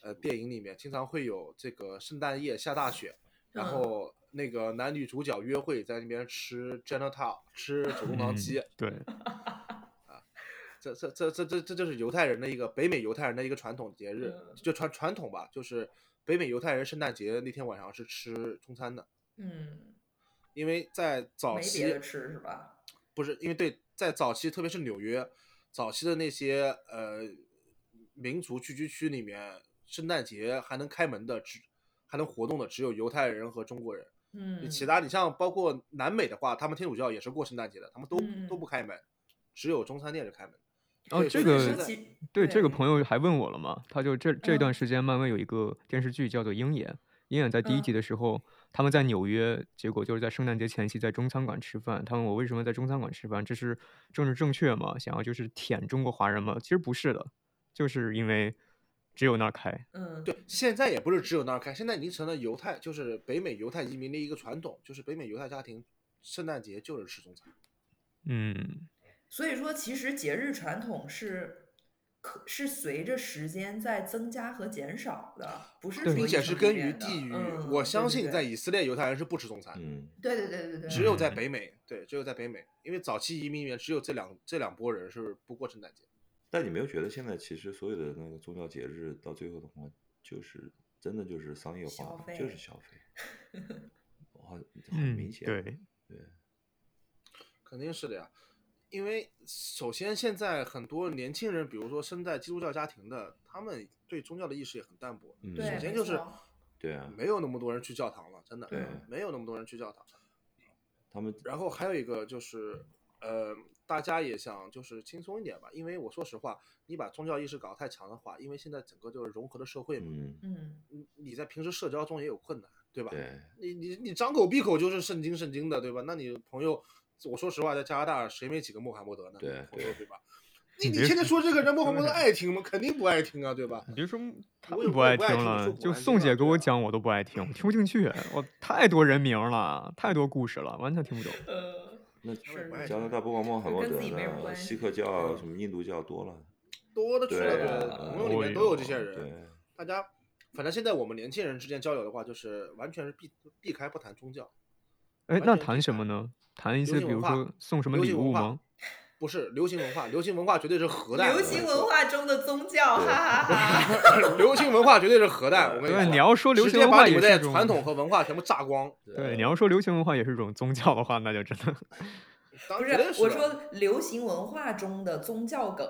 电影里面经常会有这个圣诞夜下大雪，然后那个男女主角约会在那边吃 Chinatown 吃手工糖鸡， 对， 这就是犹太人的一个北美犹太人的一个传统节日，就传统吧，就是北美犹太人圣诞节那天晚上是吃中餐的，因为在早期没别的吃是吧？ 不是，因为对，在早期特别是纽约早期的那些民族聚居区里面，圣诞节还能开门的还能活动的只有犹太人和中国人。其他你像包括南美的话，他们天主教也是过圣诞节的，他们都不开门，只有中餐店是开门。 这个对这个朋友还问我了嘛？他就这段时间漫威有一个电视剧叫做《鹰眼》，鹰眼在第1集的时候，他们在纽约，结果就是在圣诞节前夕在中餐馆吃饭。他问我为什么在中餐馆吃饭，这是政治正确吗？想要就是舔中国华人吗？其实不是的，就是因为只有那儿开。 对，现在也不是只有那儿开，现在已经成了就是北美犹太移民的一个传统，就是北美犹太家庭圣诞节就是吃中餐。 所以说，其实节日传统是随着时间在增加和减少的，不是并且是根于地域。我相信在以色列犹太人是不吃中餐。 对， 只有在北美，只有在北美，因为早期移民里面只有这两拨人是不过圣诞节。 但你没有觉得现在其实所有的那个宗教节日到最后的话，就是真的就是商业化，就是消费，很明显。对， 肯定是的呀。因为首先现在很多年轻人，比如说生在基督教家庭的，他们对宗教的意识也很淡薄。首先就是对啊， 没有那么多人去教堂了，真的，没有那么多人去教堂。然后还有一个就是大家也想就是轻松一点吧，因为我说实话，你把宗教意识搞太强的话，因为现在整个就是融合的社会嘛，你在平时社交中也有困难，对吧？你张口闭口就是圣经的，对吧？那你朋友。我说实话，在加拿大谁没几个穆罕默德呢？对吧？你天天说这个人穆罕默德爱听吗？肯定不爱听啊，对吧？ 你别说他们不爱听了，就宋姐给我讲我都不爱听，我听不进去，我太多人名了，太多故事了，完全听不懂。 那加拿大不光穆罕默德的，锡克教、什么印度教多的去了，朋友里面都有这些人。大家反正现在我们年轻人之间交流的话，就是完全是避开不谈宗教。 那谈什么呢？谈一些比如说送什么礼物吗？ 不是流行文化，流行文化绝对是核弹。 流行文化中的宗教，哈哈哈。 流行文化绝对是核弹。我跟你说， 你要说流行文化也是传统和文化全部炸光。 对，你要说流行文化也是一种宗教的话，那就真的不是。我说流行文化中的宗教梗。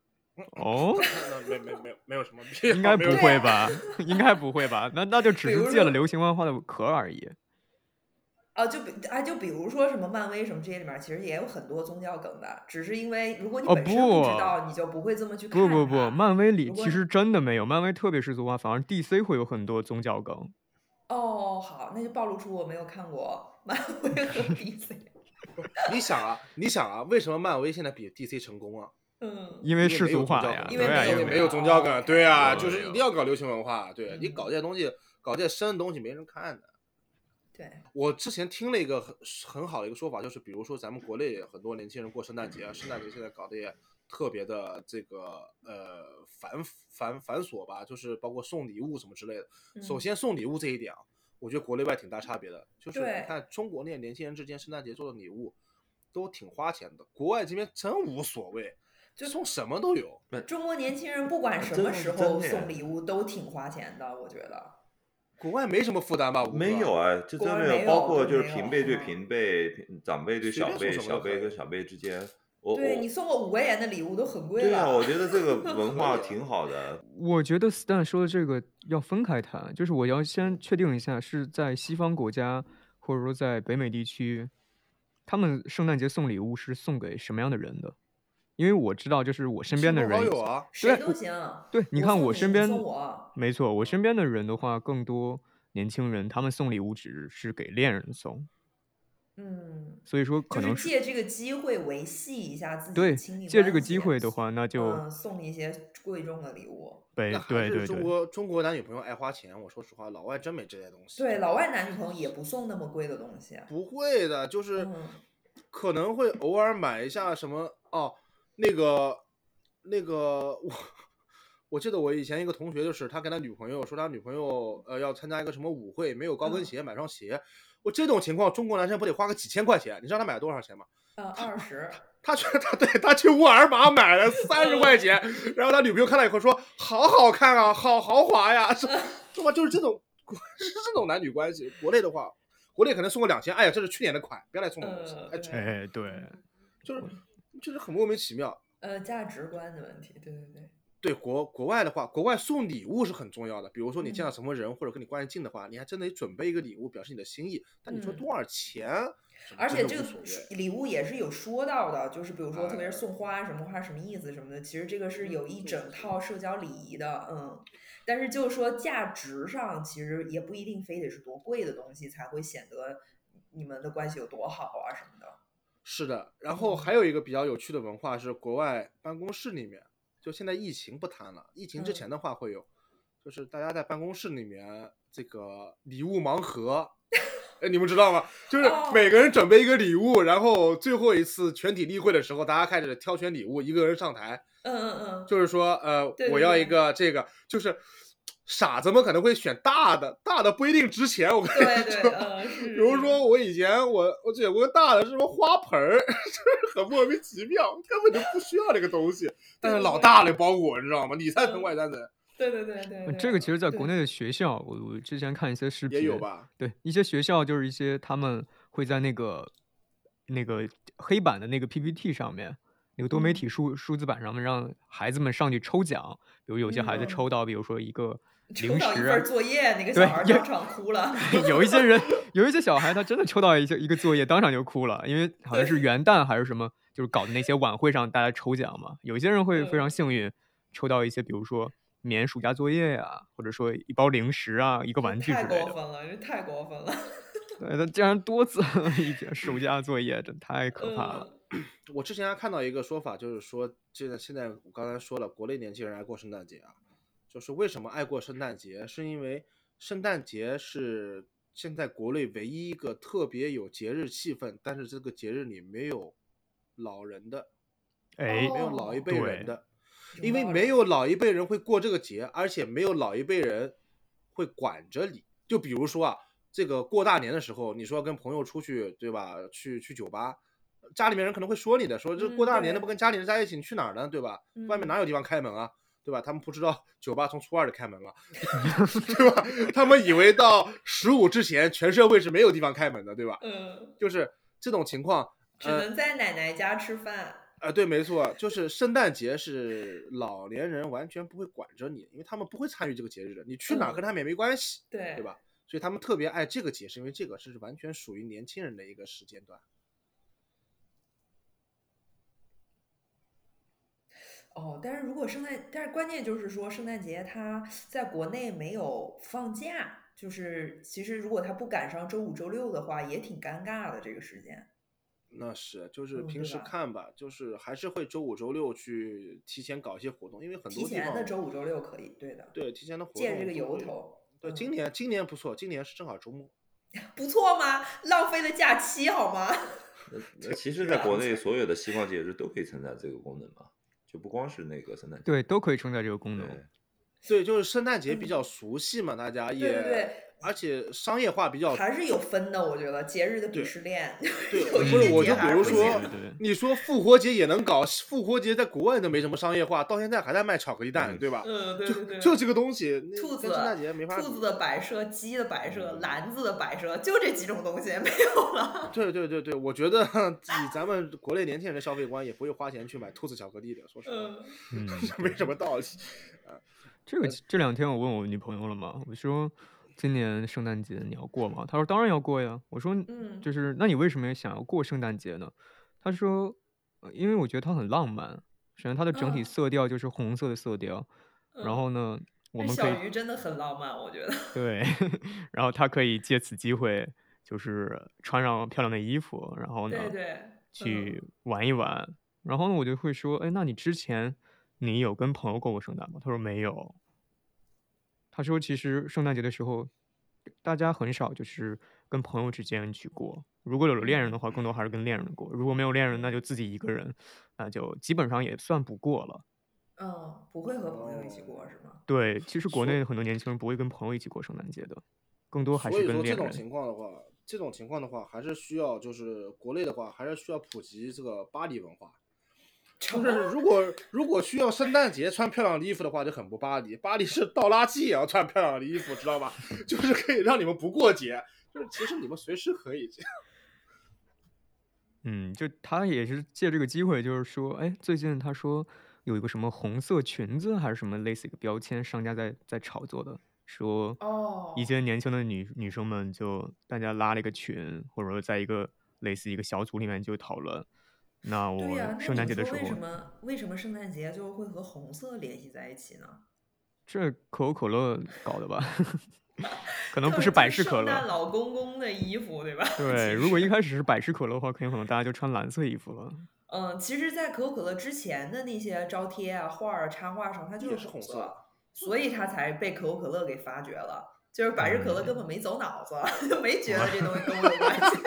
没有什么， 应该不会吧？应该不会吧？那就只是借了流行文化的壳而已。 就比如说什么漫威什么这些里面，其实也有很多宗教梗的，只是因为如果你本身不知道，你就不会这么去看。 不，漫威里其实真的没有，漫威特别世俗化，反而 DC 会有很多宗教梗。 好，那就暴露出我没有看过漫威和 DC。 你想啊，为什么漫威现在比 DC 成功啊？ 因为世俗化呀， 因为没有宗教梗，对啊，就是一定要搞流行文化，对你搞这些东西，搞这些深的东西没人看的。 对， 我之前听了一个很好的一个说法，就是比如说咱们国内很多年轻人过圣诞节，圣诞节现在搞的也特别的这个繁琐吧，就是包括送礼物什么之类的。首先送礼物这一点啊，我觉得国内外挺大差别的，就是你看中国那年轻人之间圣诞节做的礼物都挺花钱的，国外这边真无所谓，就送什么都有。 中国年轻人不管什么时候送礼物都挺花钱的，我觉得。 国外没什么负担吧？ 没有啊，这真没有，包括就是平辈对平辈，长辈对小辈，小辈跟小辈之间。 对，你送个5块钱的礼物都很贵了。 对啊，我觉得这个文化挺好的。 我觉得 Stan 说的这个要分开谈，就是我要先确定一下是在西方国家或者说在北美地区，他们圣诞节送礼物是送给什么样的人的？因为我知道，就是我身边的人， 谁都行。 对，你看我身边， 没错，我身边的人的话，更多年轻人，他们送礼物只是给恋人送。所以说可能就是借这个机会维系一下自己对， 亲密关系。 借这个机会的话，那就送一些贵重的礼物。 对， 中国男女朋友爱花钱，我说实话，老外真没这些东西。 对，老外男女朋友也不送那么贵的东西。 不会的，就是可能会偶尔买一下什么那个我记得我以前一个同学，就是他跟他女朋友说，他女朋友要参加一个什么舞会，没有高跟鞋，买双鞋。我这种情况，中国男生不得花个几千块钱？你知道他买了多少钱吗 ？20。 他去沃尔玛买了30块钱，然后他女朋友看了以后说：“好好看啊，好豪华呀！”是吧？就是这种男女关系。国内的话，国内可能送个2000，哎呀，这是去年的款，不要来送这种东西。 哎，对， 就是很莫名其妙。 价值观的问题，对。 对国外的话，国外送礼物是很重要的。比如说你见到什么人或者跟你关系近的话，你还真得准备一个礼物表示你的心意。但你说多少钱？ 而且这个礼物也是有说到的，就是比如说特别是送花，什么花什么意思什么的，其实这个是有一整套社交礼仪的，但是就是说价值上其实也不一定非得是多贵的东西才会显得你们的关系有多好啊什么的。 是的，然后还有一个比较有趣的文化是国外办公室里面，就现在疫情不谈了，疫情之前的话会有，就是大家在办公室里面这个礼物盲盒。你们知道吗？就是每个人准备一个礼物，然后最后一次全体例会的时候，大家开始挑选礼物，一个人上台。就是说对我要一个这个，就是傻子们可能会选大的不一定值钱。我跟你说，比如说我以前我捡过大的是什么花盆儿，就是很莫名其妙，根本就不需要这个东西，但是老大的包裹，你知道吗？里3层外3层。 对。 这个其实在国内的学校，我之前看一些视频也有吧。 对，一些学校就是一些他们会在那个黑板的那个 PPT 上面，那个多媒体数字板上面，让孩子们上去抽奖。比如有些孩子抽到，比如说一个零食， 抽到一份作业，那个小孩当场哭了。 有一些小孩他真的抽到一个作业，当场就哭了，因为好像是元旦还是什么，就是搞的那些晚会上大家抽奖嘛。有一些人会非常幸运，抽到一些比如说免暑假作业呀，或者说一包零食啊，一个玩具之类的。 太过分了，这太过分了。 对，他竟然多次一篇暑假作业，真太可怕了。 我之前还看到一个说法，就是说现在我刚才说了，国内年轻人爱过圣诞节啊，就是为什么爱过圣诞节，是因为圣诞节是现在国内唯一一个特别有节日气氛，但是这个节日里没有老人的，没有老一辈人的。因为没有老一辈人会过这个节，而且没有老一辈人会管着你。就比如说这个过大年的时候，你说跟朋友出去，对吧？去酒吧，家里面人可能会说你的，说这过大年的不跟家里人在一起，你去哪儿呢？对吧？外面哪有地方开门啊？对吧？他们不知道酒吧从初2就开门了，对吧？他们以为到15之前全社会是没有地方开门的，对吧？就是这种情况， 只能在奶奶家吃饭。 对，没错，就是圣诞节是老年人完全不会管着你，因为他们不会参与这个节日的，你去哪儿跟他们也没关系，对吧？所以他们特别爱这个节，是因为这个是完全属于年轻人的一个时间段。 但是如果但是关键就是说圣诞节它在国内没有放假，就是其实如果它不赶上周5、周6的话，也挺尴尬的这个时间。 那是，就是平时看吧，就是还是会周5、周6去提前搞一些活动，因为很多地方提前的周5、周6可以，对的。 对，提前的活动借这个由头。 对，今年不错，今年是正好周末。 不错吗？浪费了假期好吗？ 其实在国内所有的西方节日都可以承载这个功能嘛，就不光是那个圣诞节。 对，都可以承载这个功能。 对，就是圣诞节比较熟悉嘛，大家也对， 而且商业化比较， 还是有分的。我觉得节日的鄙视链， 对，不是，我就比如说，你说复活节也能搞，复活节在国外都没什么商业化，到现在还在卖巧克力蛋，对吧？ 对， 就这个东西， 兔子、 圣诞节没法， 兔子的摆设、鸡的摆设、篮子的摆设，就这几种东西没有了。 对，我觉得以咱们国内年轻人的消费观，也不会花钱去买兔子巧克力的，说实话，没什么道理。 这2天我问我女朋友了嘛，我说今年圣诞节你要过吗？她说当然要过呀。我说就是那你为什么想要过圣诞节呢？她说因为我觉得它很浪漫。首先它的整体色调就是红色的色调，然后呢我们可以， 小鱼真的很浪漫，我觉得。 对，然后她可以借此机会就是穿上漂亮的衣服，然后呢去玩一玩。然后呢我就会说，哎，那你之前你有跟朋友过圣诞吗？他说没有。他说其实圣诞节的时候大家很少就是跟朋友之间去过，如果有了恋人的话，更多还是跟恋人过，如果没有恋人，那就自己一个人，那就基本上也算不过了。 不会和朋友一起过是吗？ 对，其实国内很多年轻人不会跟朋友一起过圣诞节的，更多还是跟恋人。 所以说这种情况的话，还是需要就是国内的话，还是需要普及这个巴黎文化。就是如果需要圣诞节穿漂亮的衣服的话，就很不巴黎。巴黎是倒垃圾也要穿漂亮的衣服，知道吧？就是可以让你们不过节，就是其实你们随时可以这样。 就他也是借这个机会，就是说，哎，最近他说有一个什么红色裙子还是什么类似一个标签，商家在炒作的，说一些年轻的女生们就大家拉了一个群，或者说在一个类似一个小组里面就讨论。那我圣诞节的时候， 为什么圣诞节就会和红色联系在一起呢？ 这可口可乐搞的吧？可能不是百事可乐。 圣诞老公公的衣服，对吧？ 对，如果一开始是百事可乐的话，可能大家就穿蓝色衣服了。 其实，在可口可乐之前的那些招贴啊、画儿、插画上，它就是红色，所以它才被可口可乐给发掘了。就是百事可乐根本没走脑子，没觉得这东西跟我有关系。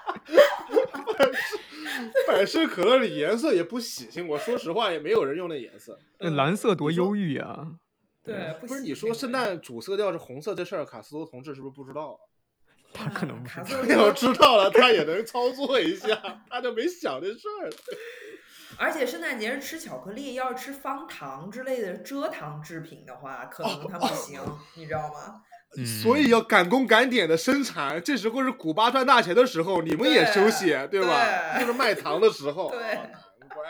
百事可乐的颜色也不喜庆，我说实话也没有人用那颜色。 那蓝色多忧郁啊！ 对， 不是你说圣诞主色调是红色这事儿，卡斯多同志是不是不知道？ 他可能不知道。 要知道了，他也能操作一下，他就没想这事儿。 而且圣诞节是吃巧克力，要是吃方糖之类的蔗糖制品的话，可能它不行，你知道吗？ 所以要赶工赶点的生产，这时候是古巴赚大钱的时候，你们也休息，对吧？就是卖糖的时候。 对， 难怪。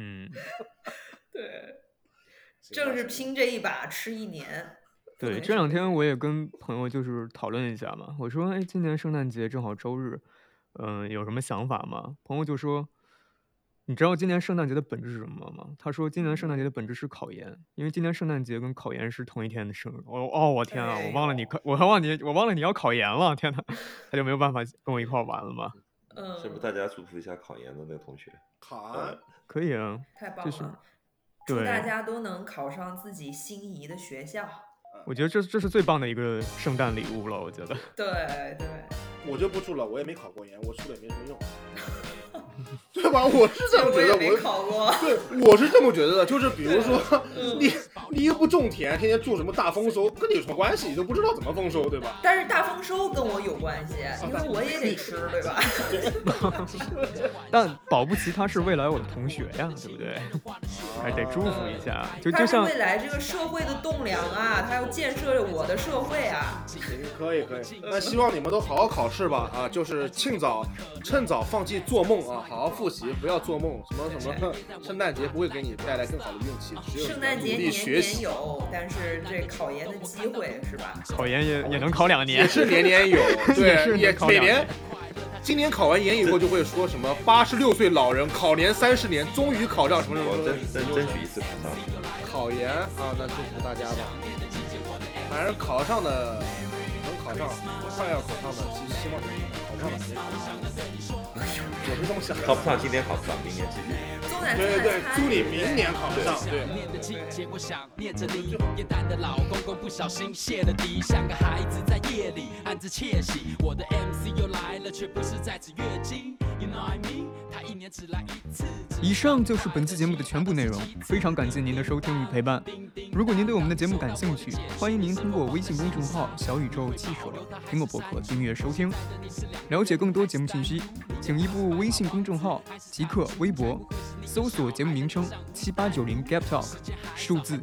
对，正是拼这一把吃一年。 对，这两天我也跟朋友就是讨论一下嘛，我说，哎，今年圣诞节正好周日，有什么想法吗？朋友就说，你知道今年圣诞节的本质是什么吗？他说今年圣诞节的本质是考研，因为今年圣诞节跟考研是同一天的生日。我天啊，我忘了你要考研了，天哪，他就没有办法跟我一块玩了嘛。 是不是大家祝福一下考研的那个同学？ 可以啊， 太棒了！祝大家都能考上自己心仪的学校。 我觉得这是最棒的一个圣诞礼物了，我觉得。 对， 我就不祝了，我也没考过研，我祝了也没什么用。对吧？我是这么觉得， 没考过。 对，我是这么觉得的，就是比如说，你又不种田，天天祝什么大丰收，跟你有什么关系？你都不知道怎么丰收，对吧？ 但是大丰收跟我有关系，因为我也得吃，对吧？ 但保不齐他是未来我的同学呀，对不对？还得祝福一下，就像他是未来这个社会的栋梁啊，他要建设我的社会啊。 可以。那希望你们都好好考试吧，啊，就是趁早放弃做梦啊，好好复习，不要做梦。什么圣诞节不会给你带来更好的运气，只有圣诞节努力学习。 年有，但是这考研的机会是吧？ 考研也能考2年， 也是年有，对，也每年。今年考完研以后就会说什么86岁老人考年30年，终于考上什么什么。 争取一次考上。 考研啊，那祝福大家吧。反正考上的能考上，快要考上的，希望你考上了。我是这么想的。 考不上今年考不上，明年继续。 对，祝你明年考上。对。 结果想念着你，厌淡的老公公不小心泄了底，像个孩子在夜里暗自窃喜。我的 MC 又来了，却不是在指月经。You know I mean？ 他1年只来1次。 以上就是本期节目的全部内容，非常感谢您的收听与陪伴。如果您对我们的节目感兴趣，欢迎您通过微信公众号小宇宙汽水、苹果播客订阅收听。了解更多节目信息，请移步微信公众号即刻微博搜索节目名称7890 Gap Talk， 数字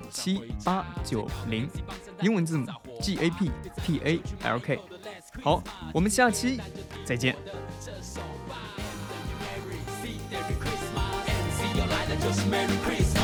7890，英文字母 GAPTALK。好，我们下期再见。 就是 Merry Christmas。